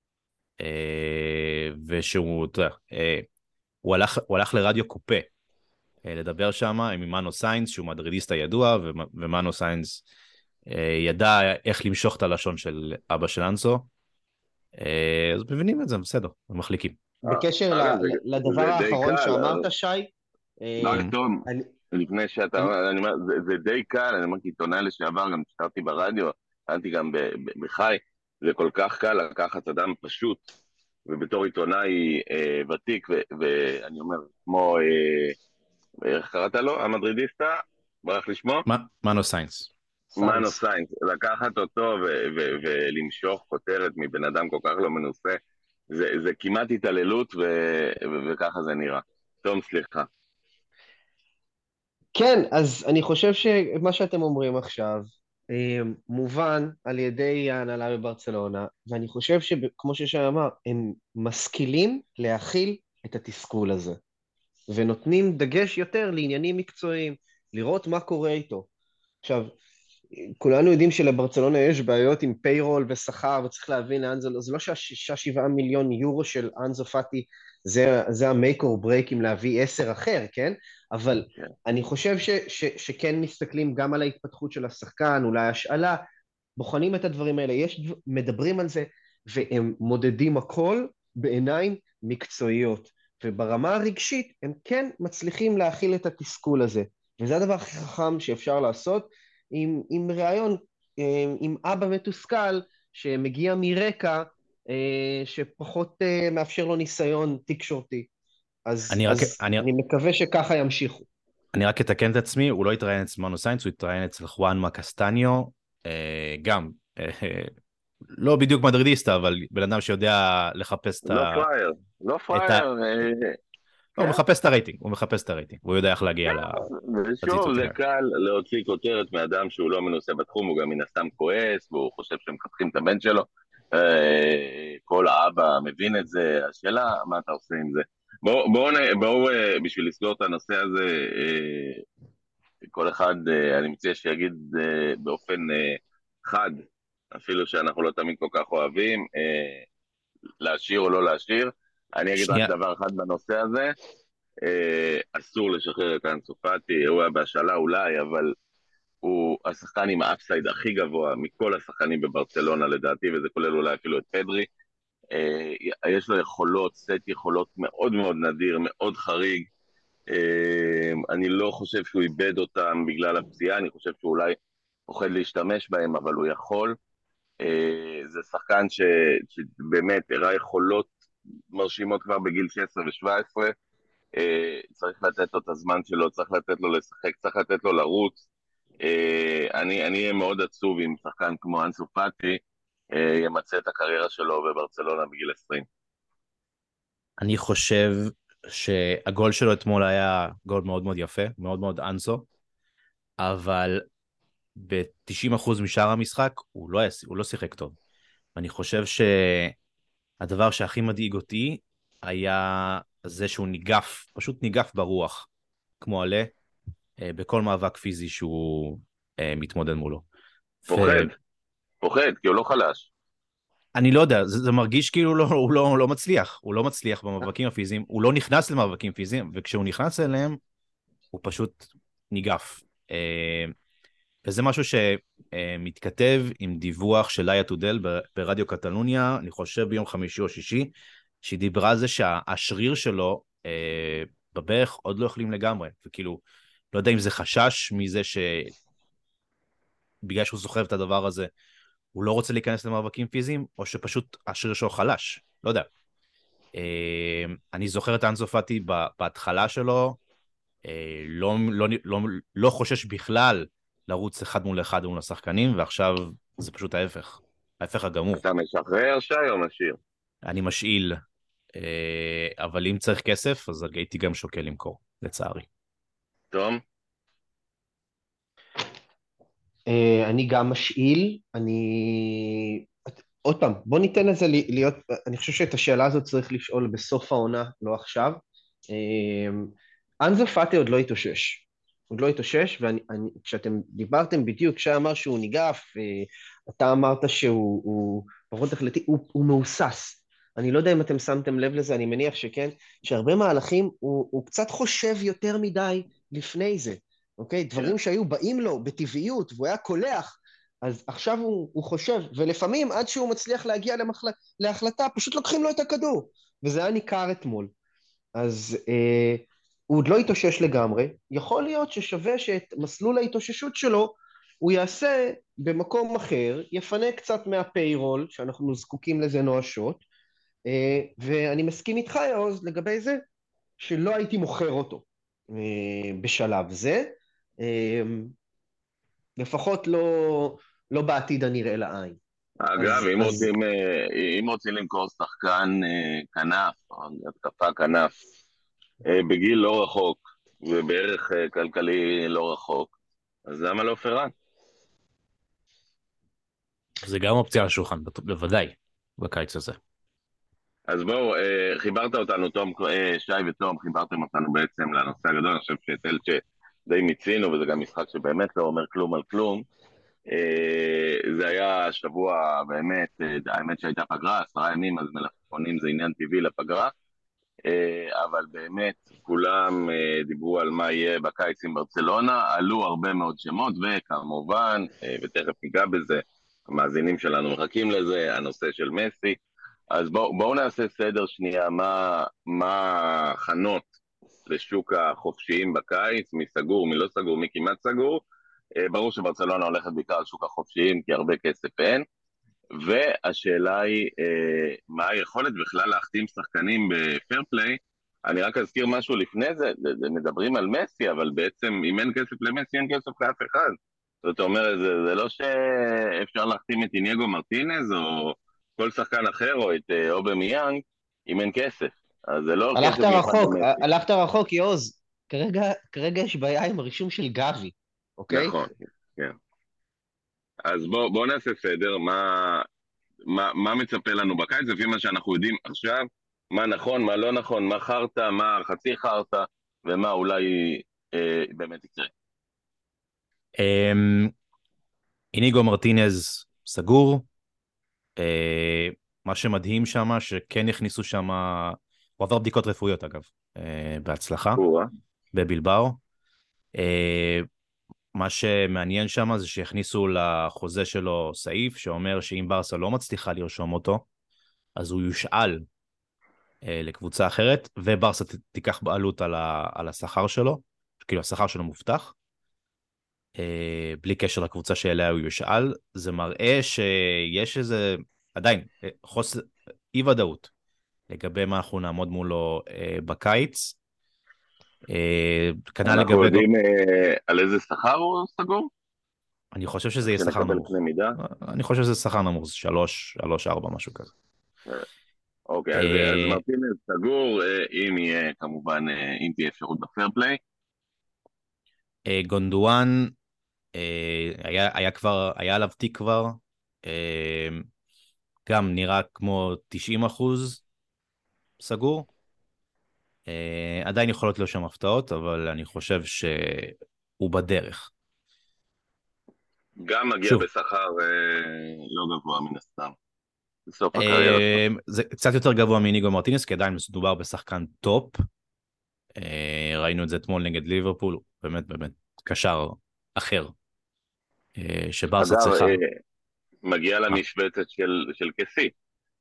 אה, ושהוא, אתה יודע, אה, הוא הלך, הוא הלך לרדיו קופה, אה, לדבר שם עם מנו סיינס, שהוא מדרידיסט הידוע, ומנו סיינס אה, ידע איך למשוך את הלשון של אבא של אנסו, אה, אז מבינים את זה, בסדר, הם מחליקים. אה, בקשר ל- אגב, זה, ל- לדבר זה די האחרון קל, שאמרת, שי, רק אה, Mhm. תום, אני, לפני שאתה, אני, אני אומר, זה, זה די קל, אני אומר, כעיתונאי לשעבר, גם שתרתי ברדיו, טענתי גם ב- ב- בחי, זה כל כך קל לקחת אדם פשוט, ובתור עיתונאי אה, ותיק, ו- ואני אומר, כמו, אה, איך קראת לו? המדרידיסטה? ברח לשמו? מה- מנו סיינס. מנו סיינס. סיינס, לקחת אותו ו- ו- ולמשוך כותרת מבן אדם כל כך לא מנוסה, זה, זה כמעט התעללות, ו- ו- וככה זה נראה. תום, סליחה. כן, אז אני חושב שמה שאתם אומרים עכשיו אה, מובן על ידי ההנהלה בברצלונה, ואני חושב שכמו ששי אמר, הם משכילים להכיל את התסכול הזה, ונותנים דגש יותר לעניינים מקצועיים, לראות מה קורה איתו. עכשיו, כולנו יודעים שלברצלונה יש בעיות עם פיירול ושכר, וצריך להבין לאן זה לא, זה לא שהשישה שבעה מיליון יורו של אנזו פאטי, זה, זה המייק אור ברייק אם להביא עשר אחר, כן? אבל כן. אני חושב ש, ש, שכן מסתכלים גם על ההתפתחות של השחקן, אולי השאלה, בוחנים את הדברים האלה, יש, מדברים על זה, והם מודדים הכל בעיניים מקצועיות, וברמה הרגשית הם כן מצליחים להכיל את התסכול הזה, וזה הדבר הכי חכם שאפשר לעשות, עם, עם רעיון עם אבא מתוסכל שמגיע מרקע שפחות מאפשר לו ניסיון תקשורתי. אז, אני רק, אז אני, אני מקווה שככה ימשיכו. אני רק אתקן את עצמי, הוא לא התראיין אצל מנו סיינס, הוא התראיין אצל חואן קסטניו, אה, גם, אה, לא בדיוק מדרידיסטה, אבל בן אדם שיודע לחפש את לא ה... פראייר, לא את ה... פראייר, אה, לא, הוא כן, מחפש את הרייטינג, הוא מחפש את הרייטינג, הוא יודע איך להגיע ושוב, לציטוטים זה האלה. קל להוציא כותרת מאדם שהוא לא מנוסה בתחום, הוא גם מן הסתם כועס, והוא חושב שהם מקפחים את הבן שלו. אה, כל האבא מבין את זה, השאלה, מה אתה עושה עם זה? בואו, בוא, בוא, בוא, אה, בשביל לסגור את הנושא הזה, אה, כל אחד, אה, אני מציע שיגיד אה, באופן אה, חד, אפילו שאנחנו לא תמיד כל כך אוהבים, אה, להשאיר או לא להשאיר. אני אגיד רק שנייה, דבר אחד בנושא הזה, אה, אסור לשחרר את אנסו פאטי, הוא היה בהשאלה אולי, אבל הוא השחקן עם האפסייד הכי גבוה מכל השחקנים בברצלונה לדעתי, וזה כולל אולי אפילו את פדרי. אה, יש לו יכולות, סט יכולות מאוד מאוד נדיר, מאוד חריג. אה, אני לא חושב שהוא איבד אותם בגלל הפציעה, אני חושב שהוא אולי פוחד להשתמש בהם, אבל הוא יכול. אה, זה שחקן ש, שבאמת הראה יכולות מרשימות כבר בגיל שש עשרה ו-שבע עשרה. אה, צריך לתת לו את הזמן שלו, צריך לתת לו לשחק, צריך לתת לו לרוץ. אה, אני אני אהיה מאוד עצוב אם שחקן כמו אנסו פאטי אה, ימצא את הקריירה שלו בברצלונה בגיל עשרים. אני חושב שהגול שלו אתמול היה גול מאוד מאוד יפה, מאוד מאוד אנסו, אבל ב-תשעים אחוז משאר המשחק הוא לא, הוא לא שיחק טוב. אני חושב שהדבר שהכי מדאיג אותי היה זה שהוא ניגף, פשוט ניגף ברוח, כמו עלה, בכל מאבק פיזי שהוא מתמודד מולו. פוחד, פוחד, כי הוא לא חלש. אני לא יודע, זה, זה מרגיש כאילו לא, הוא לא, הוא לא מצליח, הוא לא מצליח במאבקים הפיזיים, הוא לא נכנס למאבקים פיזיים, וכשהוא נכנס אליהם, הוא פשוט ניגף. וזה משהו שמתכתב עם דיווח של לאיה טודל ברדיו קטלוניה, אני חושב ביום חמישי או שישי, שהיא דיברה על זה שהשריר שלו בברך עוד לא יכולים לגמרי, וכאילו, לא יודע אם זה חשש מזה שבגלל שהוא סוחב את הדבר הזה, הוא לא רוצה להיכנס למאבקים פיזיים, או שפשוט השריר שלו חלש, לא יודע. אני זוכר את אנסו פאטי בהתחלה שלו, לא, לא, לא, לא חושש בכלל לרוץ אחד מול אחד מול השחקנים, ועכשיו זה פשוט ההפך, ההפך הגמור. אתה משחרר שי או משאיר? אני משאיל, אבל אם צריך כסף, אז הייתי גם שוקל למכור, לצערי. תום? אני גם משאיל, אני... עוד פעם, בוא ניתן לזה להיות, אני חושב שאת השאלה הזאת צריך לשאול בסוף העונה, לא עכשיו. אנזו פאטי עוד לא התאושש. עוד לא התאושש, וכשאתם דיברתם בדיוק, כשאמר שהוא ניגף, אתה אמרת שהוא הוא, פחות החלטי, הוא, הוא מאוסס. אני לא יודע אם אתם שמתם לב לזה, אני מניח שכן, שהרבה מהלכים הוא, הוא קצת חושב יותר מדי לפני זה, אוקיי? דברים שהיו באים לו בטבעיות, והוא היה קולח, אז עכשיו הוא, הוא חושב, ולפעמים עד שהוא מצליח להגיע למחל... להחלטה, פשוט לוקחים לו את הכדור, וזה היה ניכר אתמול. אז אה, הוא עוד לא התאושש לגמרי, יכול להיות ששווה שאת מסלול ההתאוששות שלו, הוא יעשה במקום אחר, יפנה קצת מהפיירול, שאנחנו זקוקים לזה נואשות, אה, ואני מסכים איתך יעוז לגבי זה, שלא הייתי מוכר אותו אה, בשלב זה, אה, לפחות לא, לא בעתיד הנראה לעין. אגב, אז, אם אז... רוצים, אה, אם רוצים למכור שחקן אה, כנף, התקפה כנף, אה, בגיל לא רחוק, ובערך אה, כלכלי לא רחוק, אז למה לא פרן? זה גם אופציה על השולחן, בוודאי, בקיץ הזה. אז בואו, אה, חיברת אותנו, תום, אה, שי ותום, חיברתם אותנו בעצם לנושא הגדול, אני חושב שאת אלצ'ה די מיצינו, וזה גם משחק שבאמת לא אומר כלום על כלום. אה, זה היה שבוע באמת, אה, האמת שהייתה פגרה, עשרה ימים, אז מלפפונים זה עניין טבעי לפגרה, אה, אבל באמת כולם אה, דיברו על מה יהיה בקיץ עם ברצלונה, עלו הרבה מאוד שמות, וכמובן, אה, ותכף ניגע בזה, המאזינים שלנו מחכים לזה, הנושא של מסי. אז בואו בוא נעשה סדר שנייה, מה, מה ההכנות לשוק החופשיים בקיץ, מי סגור, מי לא סגור, מי כמעט סגור, ברור שברצלונה הולכת בעיקר על שוק החופשיים, כי הרבה כסף אין, והשאלה היא, מה היכולת בכלל להחתים שחקנים בפייר פליי. אני רק אזכיר משהו לפני זה, מדברים על מסי, אבל בעצם אם אין כסף למסי, אין כסף לאף אחד. זאת אומרת, זה, זה לא שאפשר להחתים את אינייגו מרטינז, או כל שחקן אחר, או את אובמיאנג, אם אין כסף. אז זה לא כסף הלכת מיוחד רחוק, למסי. הלכת רחוק, יעוז. כרגע, כרגע יש בעיה עם הרישום של גבי, אוקיי? נכון, כן. אז בואו בוא נעשה סדר, מה, מה, מה מצפה לנו בקיץ, לפי מה שאנחנו יודעים עכשיו, מה נכון, מה לא נכון, מה חרטה, מה חצי חרטה, ומה אולי אה, באמת יקרה. אמ, איניגו מרטינז סגור, אה, מה שמדהים שם, שכן הכניסו שם, הוא עבר בדיקות רפואיות אגב, אה, בהצלחה, או, אה? בבלבאו. אה, מה שמעניין שם זה שהכניסו לחוזה שלו סעיף, שאומר שאם ברסה לא מצליחה לרשום אותו, אז הוא יושאל אה, לקבוצה אחרת, וברסה ת- תיקח בעלות על, ה, על השכר שלו, כאילו השכר שלו מובטח, אה, בלי קשר לקבוצה שאליה הוא יושאל. זה מראה שיש איזה, עדיין, אה, חוס... אי ודאות לגבי מה אנחנו נעמוד מולו אה, בקיץ. אה, כנ"ל אנחנו לגבי, יודעים אה, על איזה שכר הוא סגור? אני חושב שזה יהיה שכר שנקבל נמוך. קנה מידה. אני חושב שזה שכר נמוך, שלוש, שלוש, ארבע, משהו כזה. אה, אוקיי, אז, אז אה, מרטינז סגור, אה, אם יהיה כמובן, אה, אם תהיה אפשרות בפייר פליי. אה, גונדואן, אה, היה, היה כבר, היה עליו תיק כבר, אה, גם נראה כמו תשעים אחוז סגור. אה, עדיין יכולות להיות שם הפתעות, אבל אני חושב שהוא בדרך. גם מגיע שוב, בשכר אה, לא גבוה מן הסתם, בסוף הקריירה שלו. אה, זה קצת יותר גבוה מניגו מרטינס, כי עדיין מדובר בשחקן טופ. אה, ראינו את זה אתמול נגד ליברפול, הוא באמת באמת קשר אחר, אה, שברסה אגב, צריכה. אה, מגיע מה? למשבצת של, של כסי.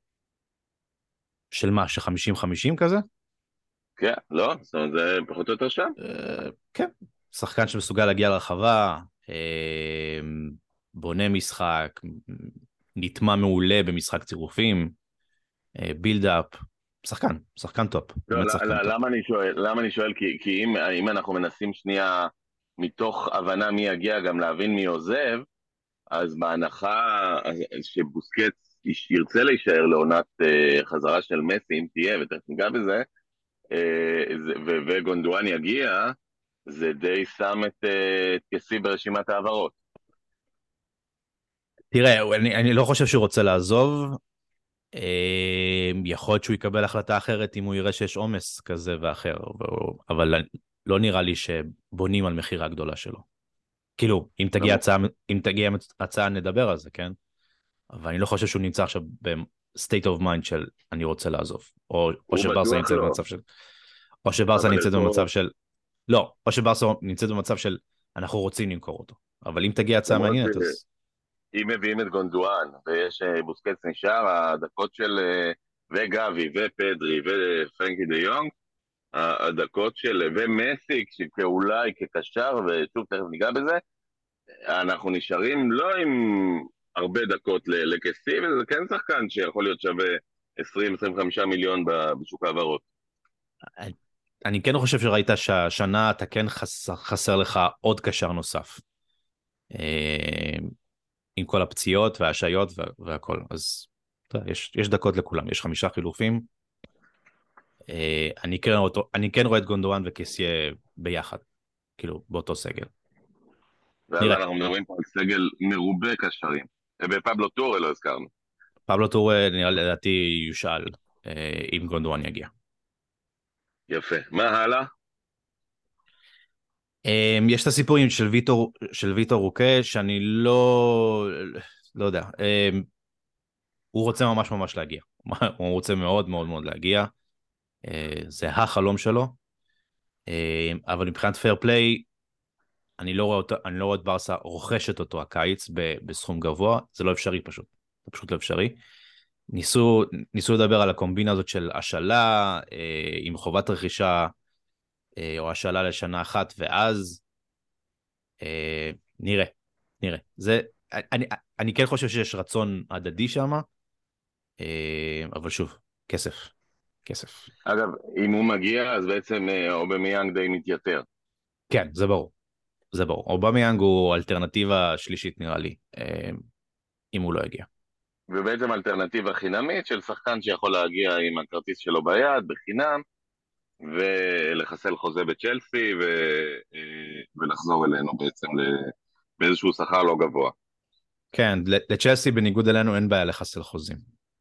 של מה, ש-חמישים חמישים כזה? כן, לא? זאת אומרת, זה פחות או יותר שם. אה, כן, שחקן שמסוגל להגיע לרחבה, אה, בונה משחק, נטמע מעולה במשחק צירופים, בילדאפ, שחקן, שחקן טופ, לא, באמת ל- שחקן ל- טופ. למה אני שואל? למה אני שואל? כי, כי אם, אם אנחנו מנסים שנייה, מתוך הבנה מי יגיע, גם להבין מי עוזב, אז בהנחה שבוסקץ יש- ירצה להישאר לעונת אה, חזרה של מסי, אם תהיה, ותכף ניגע בזה, אה, זה- ו- וגונדואן יגיע, זה די שם את, אה, את כסי ברשימת העברות. תראה, אני, אני לא חושב שהוא רוצה לעזוב, אה, יכול להיות שהוא יקבל החלטה אחרת אם הוא יראה שיש עומס כזה ואחר, אבל לא נראה לי שבונים על מחירה הגדולה שלו. כאילו, אם תגיע לא, הצעה, אם תגיע הצעה נדבר על זה, כן? אבל אני לא חושב שהוא נמצא עכשיו ב-state of mind של אני רוצה לעזוב, או, או הוא שברסה בטוח נמצאת לא, במצב של, או שברסה אבל יש נמצאת לו, במצב של, לא, או שברסה נמצאת במצב של אנחנו רוצים למכור אותו, אבל אם תגיע הצעה למרות מעניינת אז... אם מביאים את גונדואן, ויש אה, בוסקץ נשאר, הדקות של אה, וגבי ופדרי ופרנקי דה יונג, ה- הדקות של ומסי כאולי כקשר, ושוב תכף ניגע בזה, אנחנו נשארים לא עם הרבה דקות ל- לכסי, וזה כן שחקן שיכול להיות שווה עשרים עד עשרים וחמישה מיליון ב- בשוק העברות. אני כן חושב שראית שהשנה אתה כן חסר, חסר לך עוד קשר נוסף. אה, עם כל הפציעות וההשעיות והכל. אז אתה יודע, יש, יש דקות לכולם, יש חמישה חילופים. אה, אני כן, אותו, אני כן רואה את גונדואן וקסיה ביחד, כאילו באותו סגל. ואז נראה, אנחנו מדברים פה על סגל מרובה קשרים. ופבלו טורי לא הזכרנו. פבלו טורה נראה לדעתי יושאל אה, אם גונדואן יגיע. יפה. מה הלאה? אה, יש את הסיפורים של ויטור, של ויטור רוקה, שאני לא, לא יודע, אה, הוא רוצה ממש ממש להגיע. הוא רוצה מאוד מאוד מאוד להגיע. אה, זה החלום שלו. אה, אבל מבחינת פייר פליי, אני לא רואה אותו, אני לא רואה את ברסה רוכשת אותו הקיץ ב, בסכום גבוה, זה לא אפשרי פשוט, זה פשוט לא אפשרי. ניסו, ניסו לדבר על הקומבינה הזאת של השאלה, אה, עם חובת רכישה, אה, או השאלה לשנה אחת, ואז, אה, נראה, נראה. זה, אני, אני כן חושב שיש רצון הדדי שם, אבל שוב, כסף, כסף. אגב, אם הוא מגיע, אז בעצם אובמיאנג די מתייתר. כן, זה ברור. זה ברור. אובמיאנג הוא אלטרנטיבה שלישית נראה לי, אם הוא לא יגיע. ובעצם אלטרנטיבה חינמית של שחקן שיכול להגיע עם הכרטיס שלו ביד, בחינם, ולחסל חוזה בצ'לסי, ו... ולחזור אלינו בעצם באיזשהו שכר לא גבוה. כן, לצ'לסי בניגוד אלינו אין בעיה לחסל חוזים.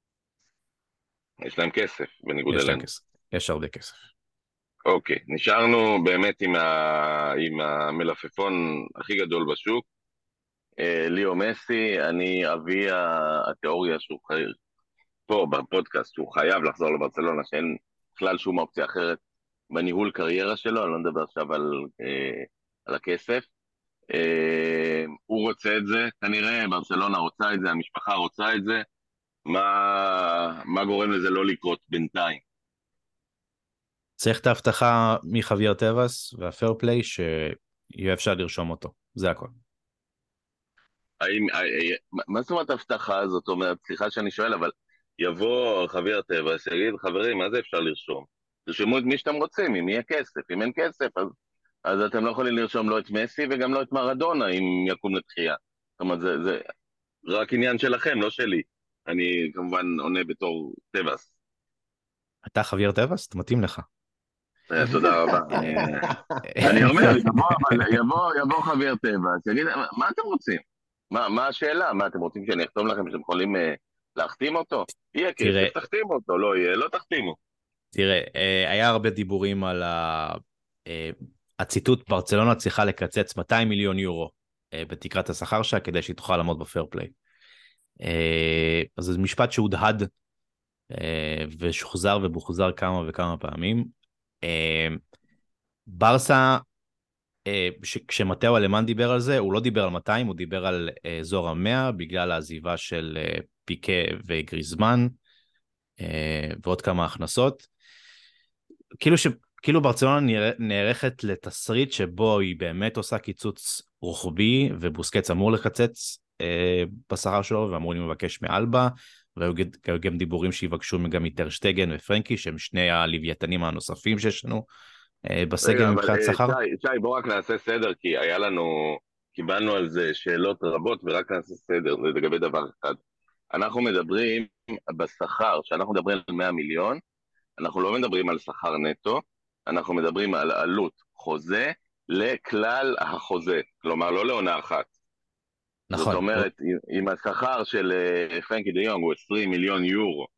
יש להם כסף בניגוד יש אלינו. להם כסף, יש הרבה כסף. אוקיי, נשארנו באמת עם, ה... עם המלפפון הכי גדול בשוק, ליאו מסי. אני אביא התיאוריה שהוא חי... פה בפודקאסט שהוא חייב לחזור לברצלונה, שאין בכלל שום אופציה אחרת בניהול קריירה שלו. אני לא מדבר עכשיו על, אה, על הכסף. אה, הוא רוצה את זה, כנראה ברצלונה רוצה את זה, המשפחה רוצה את זה. מה, מה גורם לזה לא לקרות בינתיים? צריך את ההבטחה מחוויר טבעס והפייר פליי שיהיה אפשר לרשום אותו, זה הכל. האם, מה זאת אומרת ההבטחה הזאת? זאת אומרת, סליחה שאני שואל, אבל יבוא חוויר טבעס שיגיד, חברים, מה זה אפשר לרשום? תרשמו את מי שאתם רוצים, אם יהיה כסף. אם אין כסף, אז, אז אתם לא יכולים לרשום לא את מסי וגם לא את מרדונה, אם יקום לתחייה. זאת אומרת, זה, זה רק עניין שלכם, לא שלי. אני כמובן עונה בתור טבעס. אתה חוויר טבעס? זה מתאים לך. תודה רבה. אני אומר, יבוא חוויר טבעס, יגיד, מה אתם רוצים? מה, מה השאלה? מה אתם רוצים שאני אחתום לכם שאתם יכולים uh, להחתים אותו? יהיה כסף, תחתימו אותו, לא יהיה, לא תחתימו. תראה, היה הרבה דיבורים על ה... הציטוט, ברצלונה צריכה לקצץ מאתיים מיליון יורו בתקרת השכר שלה, כדי שהיא תוכל לעמוד בפייר פליי. אז זה משפט שהודהד, ושוחזר ובוחזר כמה וכמה פעמים. ברסה, כשמטאו אלמן דיבר על זה, הוא לא דיבר על מאתיים, הוא דיבר על אזור ה-מאה, בגלל העזיבה של פיקה וגריזמן, ועוד כמה הכנסות. כאילו, ש... כאילו ברצלונה נערכת לתסריט שבו היא באמת עושה קיצוץ רוחבי, ובוסקץ אמור לקצץ בשכר שלו, ואמורים לבקש מאלבה, והיו גם דיבורים שיבקשו גם מטרשטגן ופרנקי, שהם שני הלוויתנים הנוספים שיש לנו, בסגל מבחינת שכר. שי, בוא רק נעשה סדר, כי היה לנו, קיבלנו על זה שאלות רבות, ורק נעשה סדר, זה לגבי דבר אחד. אנחנו מדברים בשכר, שאנחנו מדברים על מאה מיליון, אנחנו לא מדברים על שכר נטו, אנחנו מדברים על עלות חוזה לכלל החוזה, כלומר לא לעונה אחת. נכון. זאת אומרת, אם השכר של פרנקי דה יונג הוא עשרים מיליון יורו,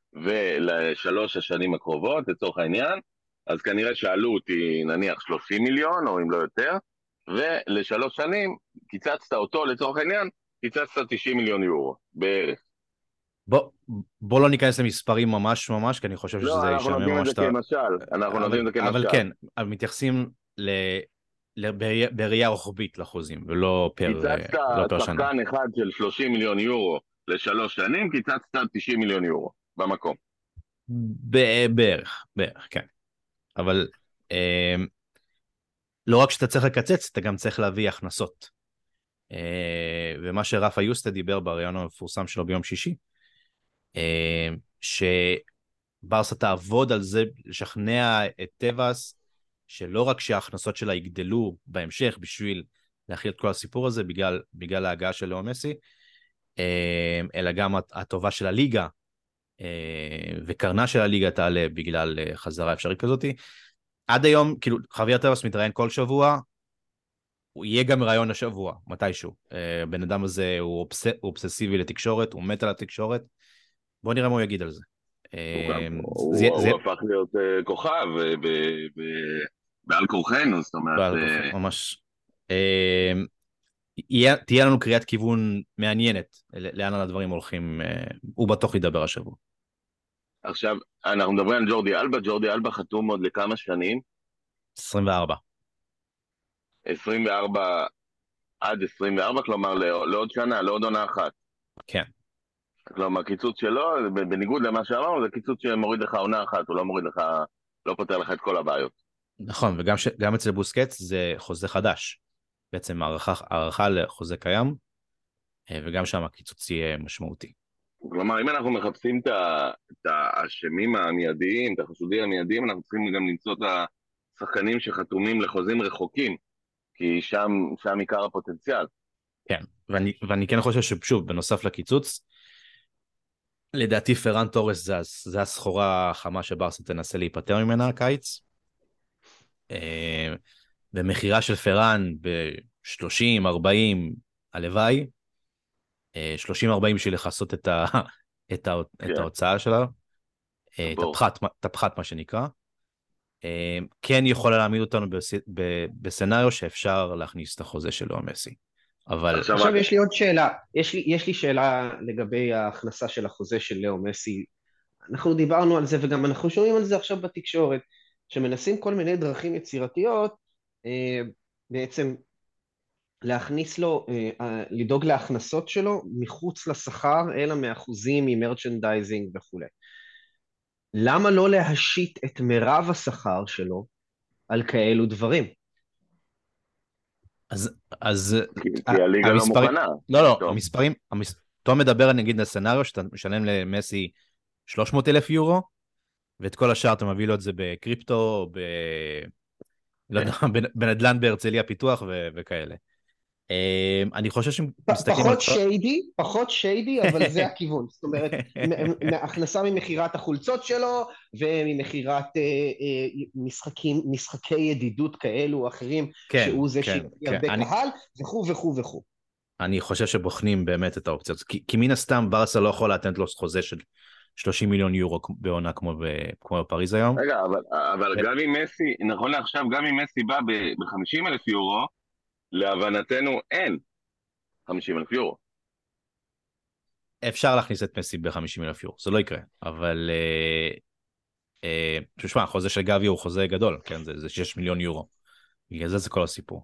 ולשלוש השנים הקרובות, לצורך העניין, אז כנראה שהעלות היא נניח שלושים מיליון, או אם לא יותר, ולשלוש שנים, קיצצת אותו לצורך העניין, קיצצת תשעים מיליון יורו, בערך. בוא, בוא לא ניכנס למספרים ממש ממש, כי אני חושב לא, שזה אנחנו ישמע נותנים את ממש... זה כמשל, אנחנו נותנים את זה כמשל. אבל כן, אבל מתייחסים ל... בראייה רוחבית לחוזים, ולא פר, לא פר שנה. קיצצת שחקן אחד של שלושים מיליון יורו לשלוש שנים, קיצצת תשעים מיליון יורו במקום. בערך, בערך, כן. אבל אה, לא רק שאתה צריך לקצץ, אתה גם צריך להביא הכנסות. אה, ומה שרפה יוסטה דיבר בראיון המפורסם שלו ביום שישי, אה, שברסה תעבוד על זה, לשכנע את טבעס, שלא רק שההכנסות שלה יגדלו בהמשך בשביל להכיל את כל הסיפור הזה, בגלל, בגלל ההגעה של לאו מסי, אלא גם הטובה של הליגה, וקרנה של הליגה תעלה בגלל חזרה אפשרית כזאת. עד היום, כאילו, חוויר טבעס מתראיין כל שבוע, הוא יהיה גם רעיון השבוע, מתישהו. בן אדם הזה הוא אובס... אובססיבי לתקשורת, הוא מת על התקשורת, בוא נראה מה הוא יגיד על זה. הוא הפך להיות כוכב בעל כורחנו, זאת אומרת... ממש. תהיה לנו קריאת כיוון מעניינת, לאן הדברים הולכים, הוא בטוח ידבר השבוע. עכשיו, אנחנו מדברים על ג'ורדי אלבה, ג'ורדי אלבה חתום עוד לכמה שנים? עשרים וארבע. עשרים וארבע עד עשרים וארבע, כלומר לעוד שנה, לעוד עונה אחת. כן. כלומר, קיצוץ שלו, בניגוד למה שאמרנו, זה קיצוץ שמוריד לך עונה אחת, הוא לא מוריד לך, לא פותר לך את כל הבעיות. נכון, וגם ש, גם אצל בוסקץ זה חוזה חדש. בעצם הערכה, הערכה לחוזה קיים, וגם שם הקיצוץ יהיה משמעותי. כלומר, אם אנחנו מחפשים את האשמים המיידיים, את החשודים המיידיים, אנחנו צריכים גם למצוא את השחקנים שחתומים לחוזים רחוקים, כי שם, שם עיקר הפוטנציאל. כן, ואני, ואני כן חושב ששוב, בנוסף לקיצוץ, לדעתי פרן טורס זה, זה הסחורה החמה שברסה תנסה להיפטר ממנה הקיץ. במחירה של פרן ב-שלושים ארבעים הלוואי, שלושים ארבעים בשביל לחסות את, ה, את, ה, את ההוצאה שלה, את הפחת, את הפחת מה שנקרא, כן יכולה להעמיד אותנו בס, ב, בסנריו שאפשר להכניס את החוזה שלו המסי. אבל... עכשיו, עכשיו יש לי עוד שאלה, יש לי, יש לי שאלה לגבי ההכנסה של החוזה של לאו מסי. אנחנו דיברנו על זה וגם אנחנו שומעים על זה עכשיו בתקשורת, שמנסים כל מיני דרכים יצירתיות, אה, בעצם להכניס לו, אה, לדאוג להכנסות שלו מחוץ לשכר, אלא מאחוזים, ממרצ'נדייזינג וכו'. למה לא להשית את מירב השכר שלו על כאלו דברים? אז, אז כי הליגה לא מוכנה. לא, לא, המספרים, אתה מדבר נגיד לסצנריו שאתה משלם למסי שלוש מאות אלף יורו, ואת כל השאר אתה מביא לו את זה בקריפטו, בנדלן בהרצליה פיתוח וכאלה. אני חושב שמסתכלים... פחות שיידי, פחות שיידי, אבל זה הכיוון. זאת אומרת, הכנסה ממחירת החולצות שלו, וממחירת משחקים, משחקי ידידות כאלו או אחרים, שהוא זה שיביא הרבה קהל, וכו' וכו' וכו'. אני חושב שבוחנים באמת את האופציות, כי מן הסתם ברסה לא יכול לתת לו חוזה של שלושים מיליון יורו בעונה כמו בפריז היום. רגע, אבל גם אם מסי, נכון לעכשיו, גם אם מסי בא ב-חמישים אלף יורו, להבנתנו אין חמישים אלף יורו. אפשר להכניס את מסי ב-חמישים אלף יורו, זה לא יקרה, אבל תשמע, החוזה של גבי הוא חוזה גדול, כן? זה שש מיליון יורו, בגלל זה זה כל הסיפור.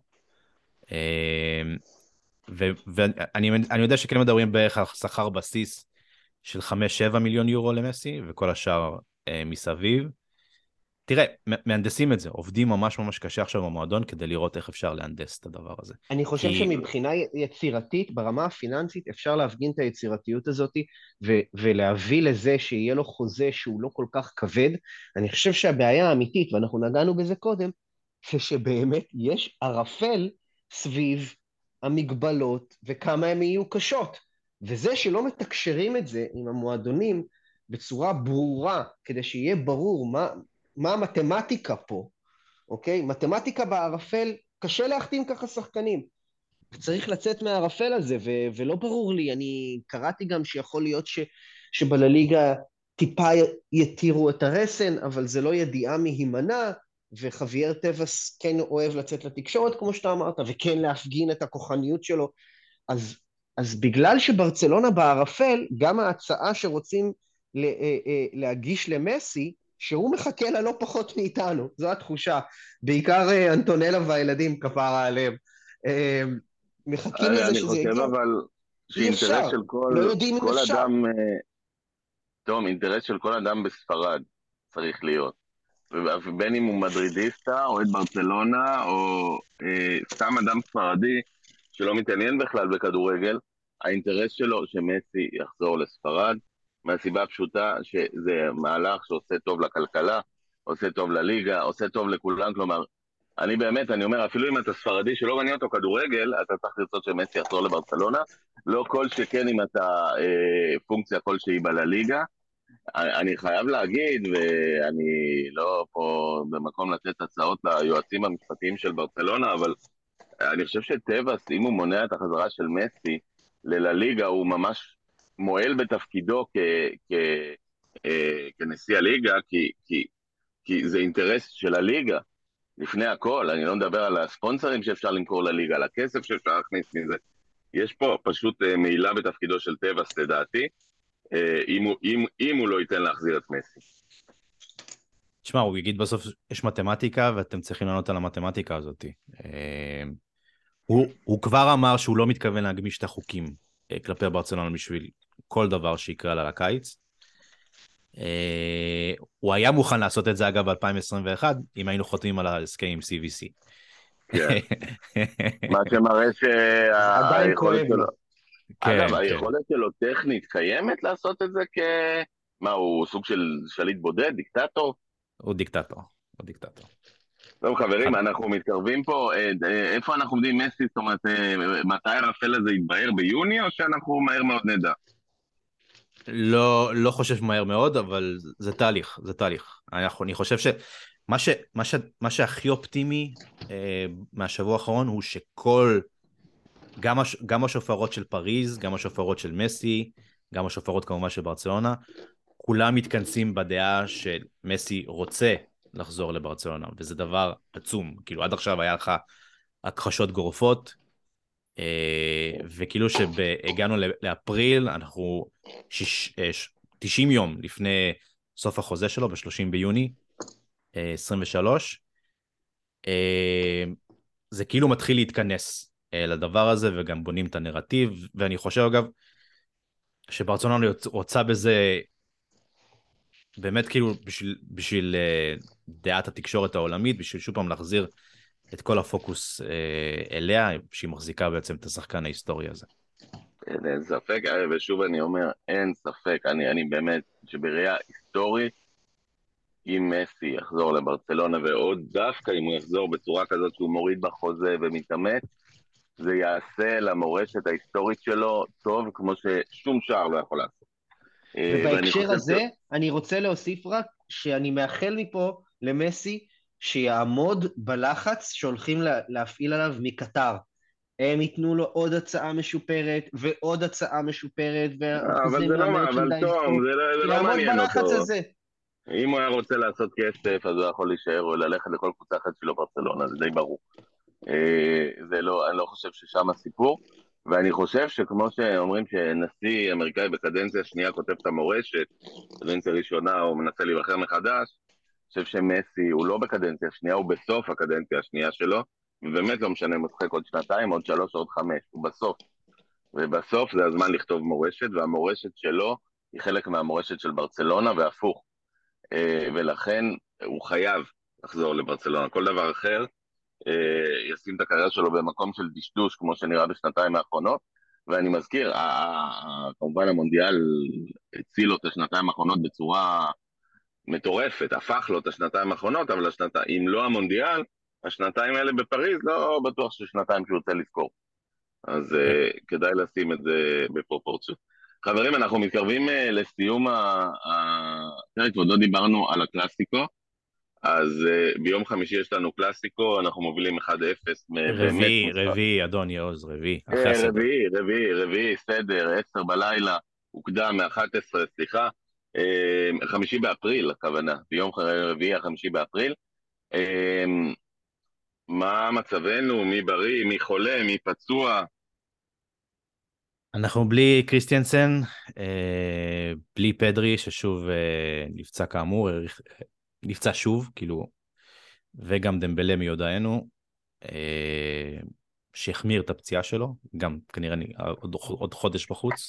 ואני יודע שכן מדברים בערך על שכר בסיס של חמש שבע מיליון יורו למסי, וכל השאר מסביב. תראה, מהנדסים את זה, עובדים ממש ממש קשה עכשיו במועדון, כדי לראות איך אפשר להנדס את הדבר הזה. אני חושב כי... שמבחינה יצירתית, ברמה הפיננסית, אפשר להפגין את היצירתיות הזאת, ו- ולהביא לזה שיהיה לו חוזה שהוא לא כל כך כבד. אני חושב שהבעיה האמיתית, ואנחנו נגענו בזה קודם, זה שבאמת יש ערפל סביב המגבלות, וכמה הן יהיו קשות. וזה שלא מתקשרים את זה עם המועדונים, בצורה ברורה, כדי שיהיה ברור מה... מה המתמטיקה פה, אוקיי? מתמטיקה בערפל, קשה להחתים ככה שחקנים. צריך לצאת מהערפל הזה, ו- ולא ברור לי, אני קראתי גם שיכול להיות ש- שבלליגה טיפה יתירו את הרסן, אבל זה לא ידיעה מהימנה, וחוויאר טבעס כן אוהב לצאת לתקשורת, כמו שאתה אמרת, וכן להפגין את הכוחניות שלו. אז, אז בגלל שברצלונה בערפל, גם ההצעה שרוצים לה- להגיש למסי, שהוא מחכה לה לא פחות מאיתנו, זו התחושה, בעיקר אנטונלה והילדים כפרה עליהם, מחכים לזה שזה יגיע, אני חושב אבל שאינטרס של כל, לא יודעים אם אפשר. אדם, טוב, אינטרס של כל אדם בספרד צריך להיות, ובין אם הוא מדרידיסטה, או את ברצלונה, או אה, סתם אדם ספרדי, שלא מתעניין בכלל בכדורגל, האינטרס שלו שמסי יחזור לספרד, מהסיבה הפשוטה שזה מהלך שעושה טוב לכלכלה, עושה טוב לליגה, עושה טוב לכולם, כלומר, אני באמת, אני אומר, אפילו אם אתה ספרדי שלא מעניין אותו כדורגל, אתה צריך לרצות שמסי יחזור לברצלונה, לא כל שכן אם אתה אה, פונקציה כלשהי בלליגה. אני חייב להגיד, ואני לא פה במקום לתת הצעות ליועצים המשפטיים של ברצלונה, אבל אני חושב שטבעס, אם הוא מונע את החזרה של מסי לליגה, הוא ממש מועל בתפקידו כ, כ, אה, כנשיא הליגה, כי, כי, כי זה אינטרס של הליגה, לפני הכל. אני לא מדבר על הספונסרים שאפשר למכור לליגה, על הכסף שאפשר להכניס מזה. יש פה פשוט אה, מעילה בתפקידו של טבעס, לדעתי, אה, אם, הוא, אם, אם הוא לא ייתן להחזיר את מסי. תשמע, הוא יגיד בסוף, יש מתמטיקה, ואתם צריכים לענות על המתמטיקה הזאת. אה, הוא, הוא כבר אמר שהוא לא מתכוון להגמיש את החוקים אה, כלפי ברצלונה בשביל כל דבר שיקרה לה לקיץ. הוא היה מוכן לעשות את זה אגב ב-אלפיים עשרים ואחת, אם היינו חותמים על ההסכם עם סי וי סי. כן. מה שמראה עדיין שהיכולת כואב שלו... לו. אגב, כן, כן. היכולת שלו טכנית קיימת לעשות את זה כ... מה, הוא סוג של שליט בודד, דיקטטור? הוא דיקטטור. הוא דיקטטור. טוב, אחד. חברים, אנחנו מתקרבים פה, אה, אה, איפה אנחנו עומדים מסי? זאת אומרת, אה, מתי הרפל הזה יתבהר ביוני, או שאנחנו מהר מאוד נדע? לא, לא חושב מהר מאוד, אבל זה תהליך, זה תהליך. אנחנו, אני חושב שמה ש, מה ש, מה שהכי אופטימי אה, מהשבוע האחרון הוא שכל, גם, הש, גם השופרות של פריז, גם השופרות של מסי, גם השופרות כמובן של ברצלונה, כולם מתכנסים בדעה שמסי רוצה לחזור לברצלונה, וזה דבר עצום. כאילו עד עכשיו היה לך הכחשות גורפות, וכאילו שהגענו לאפריל, אנחנו שיש, תשעים יום לפני סוף החוזה שלו, ב-שלושים ביוני עשרים ושלוש, זה כאילו מתחיל להתכנס לדבר הזה, וגם בונים את הנרטיב, ואני חושב אגב, שברצלונה רוצה בזה, באמת כאילו בשביל, בשביל דעת התקשורת העולמית, בשביל שוב פעם להחזיר את כל הפוקוס אליה, שהיא מחזיקה בעצם את השחקן ההיסטורי הזה. אין, אין ספק, ושוב אני אומר, אין ספק, אני, אני באמת, שבראייה היסטורית, אם מסי יחזור לברצלונה, ועוד דווקא אם הוא יחזור בצורה כזאת שהוא מוריד בחוזה ומתאמץ, זה יעשה למורשת ההיסטורית שלו טוב כמו ששום שער לא יכול לעשות. ואני ובהקשר חושב הזה, אני רוצה להוסיף רק שאני מאחל מפה למסי שיעמוד בלחץ שהולכים להפעיל עליו מקטר. הם ייתנו לו עוד הצעה משופרת ועוד הצעה משופרת, אבל זה ואחוזים לא, אבל מהמרצ'נדייז תום, פה, זה לא, זה לא שיעמוד מעניין בלחץ אותו. הזה. אם הוא היה רוצה לעשות כסף, אז הוא יכול להישאר או ללכת לכל קבוצה אחת שלו ברצלונה, זה די ברור. זה לא, אני לא חושב ששם הסיפור, ואני חושב שכמו שאומרים שנשיא אמריקאי בקדנציה שנייה כותב את המורשת, בקדנציה ראשונה הוא מנסה להיבחר מחדש, אני חושב שמסי הוא לא בקדנציה שנייה, הוא בסוף הקדנציה השנייה שלו, ובאמת לא משנה אם הוא משחק עוד שנתיים, עוד שלוש, עוד חמש, הוא בסוף. ובסוף זה הזמן לכתוב מורשת, והמורשת שלו היא חלק מהמורשת של ברצלונה והפוך. ולכן הוא חייב לחזור לברצלונה. כל דבר אחר ישים את הקריירה שלו במקום של דשדוש, כמו שנראה בשנתיים האחרונות. ואני מזכיר, כמובן המונדיאל הציל לו את השנתיים האחרונות בצורה מטורפת, הפך לו את השנתיים האחרונות, אבל השנתיים, אם לא המונדיאל, השנתיים האלה בפריז לא בטוח ששנתיים שהוא רוצה לזכור. אז uh, כדאי לשים את זה בפרופורציות. חברים, אנחנו מתקרבים uh, לסיום הפרק, ועוד לא דיברנו על הקלאסיקו, אז uh, ביום חמישי יש לנו קלאסיקו, אנחנו מובילים אחד אפס, באמת רביעי, משחק. רביעי, אדון יעוז, רביעי, אחרי כן, הסדר. רביעי, רביעי, רביעי, סדר, עשר בלילה, הוקדם מ-אחת עשרה, סליחה, uh, חמישי באפריל, הכוונה, ביום רביעי, החמישי באפריל. Uh, מה מצבנו, מי בריא, מי חולה, מי פצוע? אנחנו בלי קריסטיאנסן, בלי פדרי, ששוב נפצע כאמור, נפצע שוב, כאילו, וגם דמבלה מיודענו, שהחמיר את הפציעה שלו, גם כנראה עוד, עוד חודש בחוץ.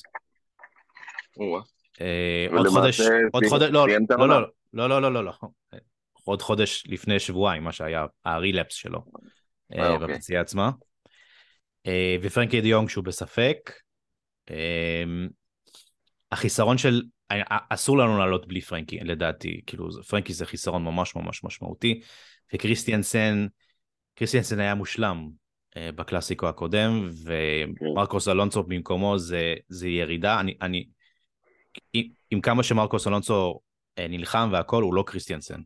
עוד חודש, עוד חודש, לא, לא, לא, לא, לא, לא, לא, לא, עוד חודש לפני שבועיים, מה שהיה הרילפס שלו, בפציעה עצמה. ופרנקי דיונג שהוא בספק, החיסרון של, אסור לנו לעלות בלי פרנקי, לדעתי, כאילו, פרנקי זה חיסרון ממש ממש משמעותי, וקריסטיאנסן, קריסטיאנסן היה מושלם בקלאסיקו הקודם, ומרקוס אלונסו במקומו זה, זה ירידה, אני, אני, עם כמה שמרקוס אלונסו נלחם והכל, הוא לא קריסטיאנסן.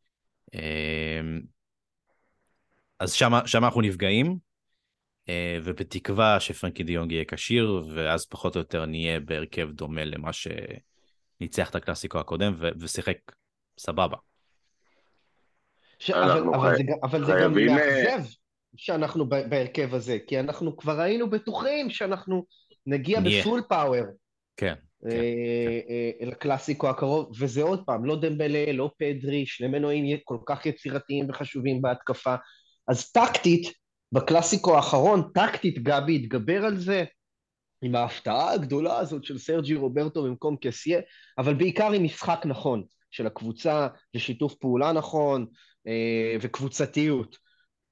אז שמה, שמה אנחנו נפגעים, ובתקווה שפרנקי דיונג יהיה כשיר, ואז פחות או יותר נהיה בהרכב דומה למה שניצח את הקלאסיקו הקודם, ושיחק סבבה. ש... אבל, אבל, זה, אבל זה גם מאכזב שאנחנו בהרכב הזה, כי אנחנו כבר היינו בטוחים שאנחנו נגיע נהיה. בפול פאוור. כן, כן, כן. לקלאסיקו הקרוב, וזה עוד פעם, לא דמבלה, לא פדרי, שני מנועים כל כך יצירתיים וחשובים בהתקפה, אז טקטית, בקלאסיקו האחרון, טקטית גבי התגבר על זה, עם ההפתעה הגדולה הזאת של סרג'י רוברטו במקום קסיה, אבל בעיקר עם משחק נכון של הקבוצה, ושיתוף פעולה נכון, וקבוצתיות.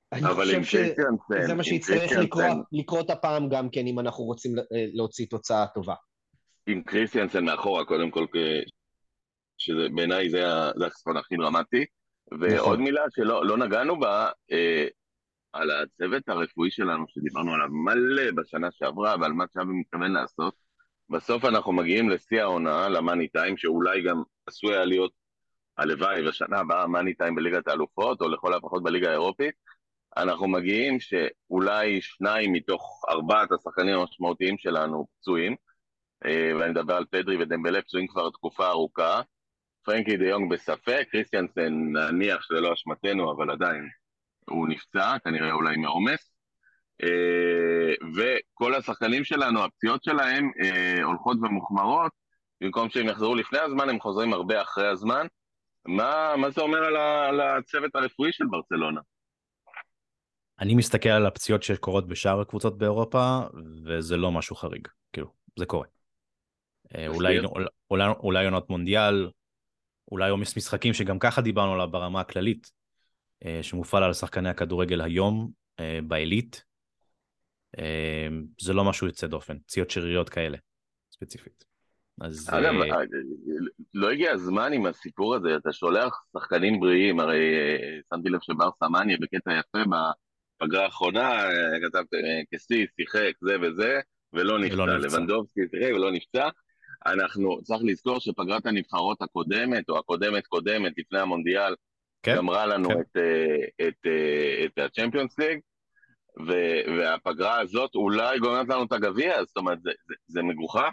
אני אבל חושב עם קריסטיאנסן, שזה מה עם שיצטרך לקרות, קריסטיאנסן, לקרות הפעם גם כן, אם אנחנו רוצים להוציא תוצאה טובה. עם קריסטיאנסן מאחורה, קודם כל, שזה בעיניי זה, ה- זה החיסרון הכי דרמטי. ועוד נכון. מילה שלא לא נגענו בה, אה, על הצוות הרפואי שלנו, שדיברנו עליו מלא בשנה שעברה, ועל מה שאבי מתכוון לעשות. בסוף אנחנו מגיעים לשיא העונה, למאני טיים, שאולי גם עשוי היה להיות, הלוואי, בשנה הבאה מאני טיים בליגת האלופות, או לכל הפחות בליגה האירופית. אנחנו מגיעים שאולי שניים מתוך ארבעת השחקנים המשמעותיים שלנו פצועים, אה, ואני מדבר על פדרי ודמבלה פצועים כבר תקופה ארוכה. פרנקי דה יונג בספק, קריסטיאנסן נניח שזה לא אשמתנו, אבל עדיין הוא נפצע, כנראה אולי מעומס. אה, וכל השחקנים שלנו, הפציעות שלהם אה, הולכות ומוחמרות, במקום שהם יחזרו לפני הזמן, הם חוזרים הרבה אחרי הזמן. מה, מה זה אומר על, ה, על הצוות הרפואי של ברצלונה? אני מסתכל על הפציעות שקורות בשאר הקבוצות באירופה, וזה לא משהו חריג, כאילו, זה קורה. אה, אולי, תסביר. אולי, אולי עונות מונדיאל, אולי עומס משחקים שגם ככה דיברנו עליו ברמה הכללית, אה, שמופעל על שחקני הכדורגל היום, אה, בעילית. אה, זה לא משהו יוצא דופן, פציעות שריריות כאלה, ספציפית. אז אגב, אה, אה, לא הגיע הזמן עם הסיפור הזה, אתה שולח שחקנים בריאים, הרי אה, שמתי לב שבר סמניה בקטע יפה בפגרה האחרונה, אה, כתב אה, כסי, שיחק, זה וזה, ולא ולא נפצע, נפצע. לבנדובסקי שיחק ולא נפצע. אנחנו, צריך לזכור שפגרת הנבחרות הקודמת, או הקודמת קודמת לפני המונדיאל, כן, גמרה לנו כן. את, אה, את, אה, את הצ'מפיונס ליג, ו- והפגרה הזאת אולי גומרת לנו את הגביע, זאת אומרת, זה, זה, זה מגוחך.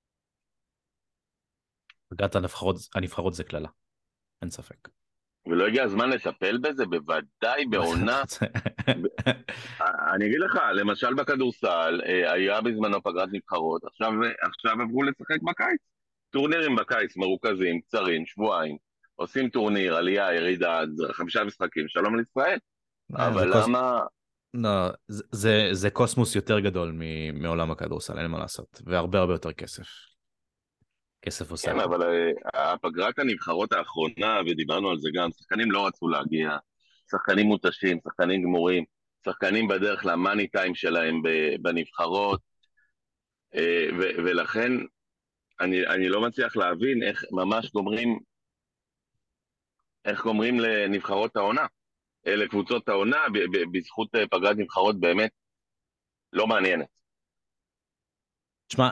פגרת הנבחרות, הנבחרות זה כללה, אין ספק. ולא הגיע הזמן לטפל בזה, בוודאי בעונה. אני אגיד לך, למשל בכדורסל, אה, היה בזמנו פגרת נבחרות, עכשיו, עכשיו עברו לשחק בקיץ. טורנירים בקיץ מרוכזים, קצרים, שבועיים, עושים טורניר, עלייה, ירידה, חמישה משחקים, שלום על ישראל. אה, זה אבל קוס... למה... לא, זה, זה, זה קוסמוס יותר גדול מ- מעולם הכדורסל, אין מה לעשות, והרבה הרבה יותר כסף. כסף עושה כן, הכל. אבל אה, הפגרת הנבחרות האחרונה, ודיברנו על זה גם, שחקנים לא רצו להגיע, שחקנים מותשים, שחקנים גמורים, שחקנים בדרך למאני טיים שלהם ב- בנבחרות, אה, ו- ולכן אני, אני לא מצליח להבין איך ממש גומרים, איך גומרים לנבחרות העונה, אה, לקבוצות העונה, ב- ב- בזכות אה, פגרת נבחרות באמת לא מעניינת. תשמע,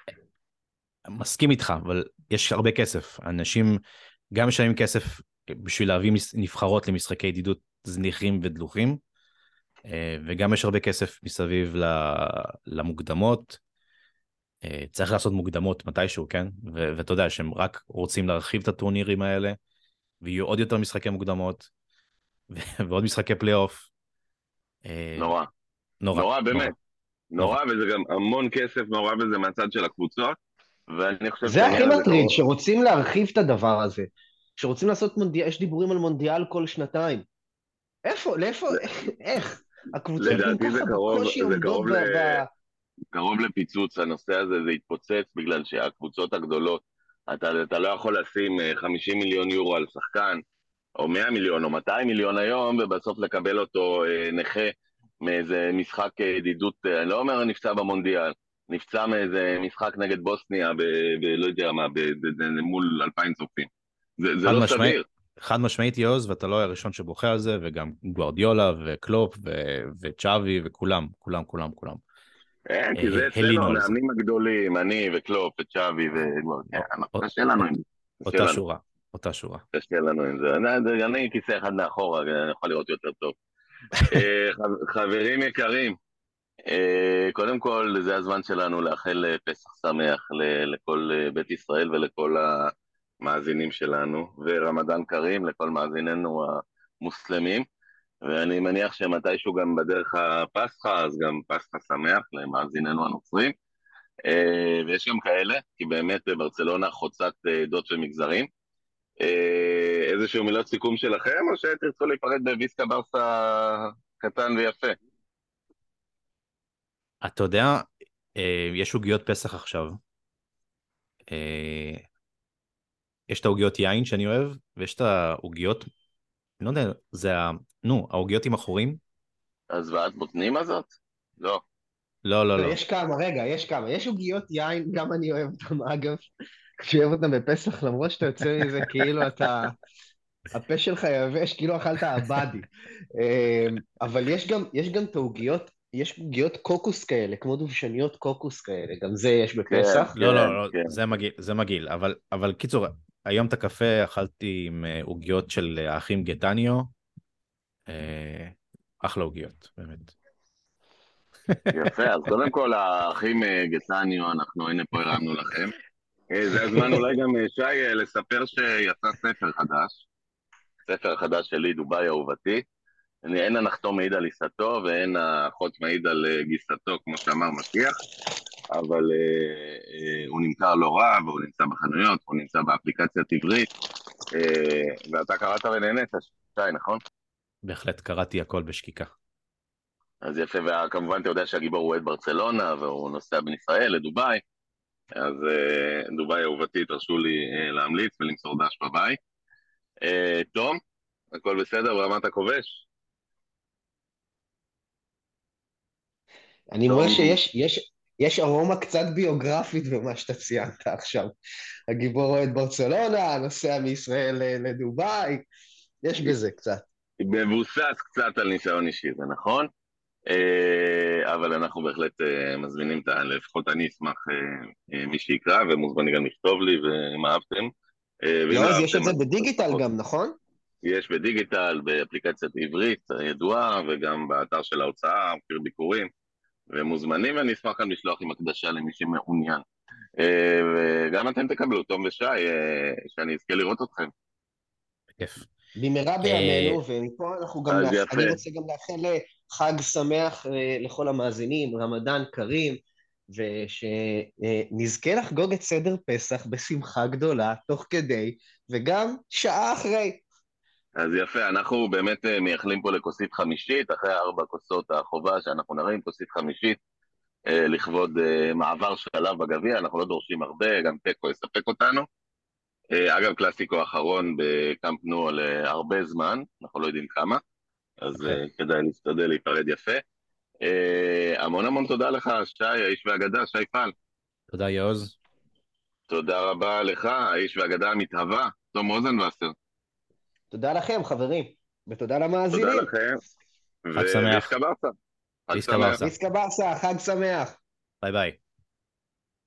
מסכים איתך, אבל יש הרבה כסף. אנשים גם משלמים כסף בשביל להביא נבחרות למשחקי ידידות זניחים ודלוחים, אה, וגם יש הרבה כסף מסביב למוקדמות. אה, צריך לעשות מוקדמות מתישהו, כן? ו- ואתה יודע שהם רק רוצים להרחיב את הטורנירים האלה, ויהיו עוד יותר משחקי מוקדמות, ו- ועוד משחקי פלייאוף. אה, נורא, נורא, נורא נורא, באמת, נורא. נורא, וזה גם המון כסף נורא בזה מהצד של הקבוצות, ואני חושב זה הכי שהעניין הזה מטריד, קרוב. שרוצים להרחיב את הדבר הזה. שרוצים לעשות מונדיאל, יש דיבורים על מונדיאל כל שנתיים. איפה, לאיפה, איך? הקבוצות גם לדעתי זה ככה קרוב, בקושי זה עומדות קרוב ב... ל... ב... קרוב לפיצוץ, הנושא הזה זה יתפוצץ בגלל שהקבוצות הגדולות, אתה, אתה לא יכול לשים אה, חמישים מיליון יורו על שחקן, או מאה מיליון או מאתיים מיליון היום, ובסוף לקבל אותו אה, נכה מאיזה משחק אה, ידידות, אה, אני לא אומר נפצע במונדיאל, נפצע מאיזה משחק נגד בוסניה, ב, ב, לא יודע מה, ב, ב, ב, מול אלפיים צופים. זה, זה חד לא משמעית, סביר. חד משמעית יוז, ואתה לא הראשון שבוכה על זה, וגם גוארדיולה וקלופ ו- וצ'אבי וכולם, כולם, כולם, כולם. כן, כי זה אה, אצלנו הלינו על זה. המאמנים הגדולים, אני וקלופ וצ'אבי, וכן, אות- קשה לנו עם אות- זה. קשה אותה לנו. שורה, אותה שורה. קשה לנו עם זה. אני, אני כיסא אחד מאחורה, אני יכול לראות יותר טוב. אה, ח- חברים יקרים, אה, קודם כל, זה הזמן שלנו לאחל אה, פסח שמח ל- לכל אה, בית ישראל ולכל המאזינים שלנו, ורמדאן כרים לכל מאזיננו המוסלמים, ואני מניח שמתישהו גם בדרך הפסחא, אז גם פסחא שמח למאזיננו הנוצרים, אה, ויש גם כאלה, כי באמת ברצלונה חוצת אה, עדות ומגזרים. אה, איזשהו מילות סיכום שלכם, או שתרצו להיפרד בוויסקה ברסה קטן ויפה? אתה יודע, אה, יש עוגיות פסח עכשיו. אה, יש את העוגיות יין שאני אוהב, ויש את העוגיות, אני לא יודע, זה ה... נו, העוגיות עם החורים, הזוועת בוטנים הזאת? לא. לא, לא, לא, לא. יש כמה, רגע, יש כמה. יש עוגיות יין, גם אני אוהב אותם, אגב. אני אוהב אותם בפסח, למרות שאתה יוצא מזה כאילו אתה... הפה שלך יבש, כאילו אכלת עבדי. אמ, אבל יש גם, יש גם את העוגיות, יש עוגיות קוקוס כאלה, כמו דובשניות קוקוס כאלה, גם זה יש כן, בפסח. לא, כן, לא, לא, כן. זה מגעיל, זה מגעיל, אבל, אבל קיצור, היום את הקפה אכלתי עם אה, עוגיות של האחים גטניו, אה, אחלה עוגיות, באמת. יפה, אז קודם כל, האחים אה, גטניו, אנחנו הנה פה הרמנו לכם. אה, זה הזמן אולי גם, אה, שי, אה, לספר שיצא ספר חדש, ספר חדש שלי, דובאי אהובתי. אני- אין הנחתום מעיד על עיסתו ואין האחות מעיד על אה, גיסתו, כמו שאמר משיח, אבל אה, אה, הוא נמכר לא רע, והוא נמצא בחנויות, הוא נמצא באפליקציית עברית, אה, ואתה קראת ונהנית, שי, נכון? בהחלט קראתי הכל בשקיקה. אז יפה, וכמובן אתה יודע שהגיבור הוא אוהד ברצלונה, והוא נוסע בין ישראל לדובאי, אז אה, דובאי אהובתי, תרשו לי אה, להמליץ ולמסור דש בבית. אה, תום, הכל בסדר ברמת הכובש? אני אומר תום, שיש יש, יש ארומה קצת ביוגרפית במה שאתה ציינת עכשיו. הגיבור אוהד ברצלונה, נוסע מישראל ל- לדובאי, יש בזה קצת. מבוסס קצת על ניסיון אישי, זה נכון? אה, אבל אנחנו בהחלט אה, מזמינים, את ה- לפחות אני אשמח אה, אה, מי שיקרא, ומוזמנים גם לכתוב לי, ואם אהבתם. אה, ואם לא יעוז, יש את אהבתם, זה אז אז בדיגיטל פחות. גם, נכון? יש בדיגיטל, באפליקציית עברית הידועה, וגם באתר של ההוצאה, מכיר ביקורים, ומוזמנים, ואני אשמח גם לשלוח עם הקדשה למי שמעוניין. אה, וגם אתם תקבלו, תום ושי, אה, שאני אזכה לראות אתכם. בכיף. במהרה אה, בימינו, ומפה אנחנו גם, אז נאח... אני יפה. רוצה גם לאחל חג שמח אה, לכל המאזינים, רמדאן כרים, ושנזכה לחגוג את סדר פסח בשמחה גדולה, תוך כדי, וגם שעה אחרי. אז יפה, אנחנו באמת אה, מייחלים פה לכוסית חמישית, אחרי ארבע כוסות החובה שאנחנו נרים, כוסית חמישית, אה, לכבוד אה, מעבר שלב בגביע, אנחנו לא דורשים הרבה, גם תיקו יספק אותנו. אה, אגב, קלאסיקו האחרון בקאמפ נו על אה, הרבה זמן, אנחנו לא יודעים כמה, אז אוקיי. אה, כדאי להשתדל להיפרד יפה. אה, המון המון תודה לך, שי, האיש והאגדה, שי פל. תודה יעוז. תודה רבה לך, האיש והאגדה המתהווה, תום רוזנבסר. תודה לכם, חברים, ותודה תודה למאזינים. לכם, חג ו- שמח. ויסקברסה. חג ויסקה שמח. ברסה. ויסקה ברסה, חג שמח. ביי ביי.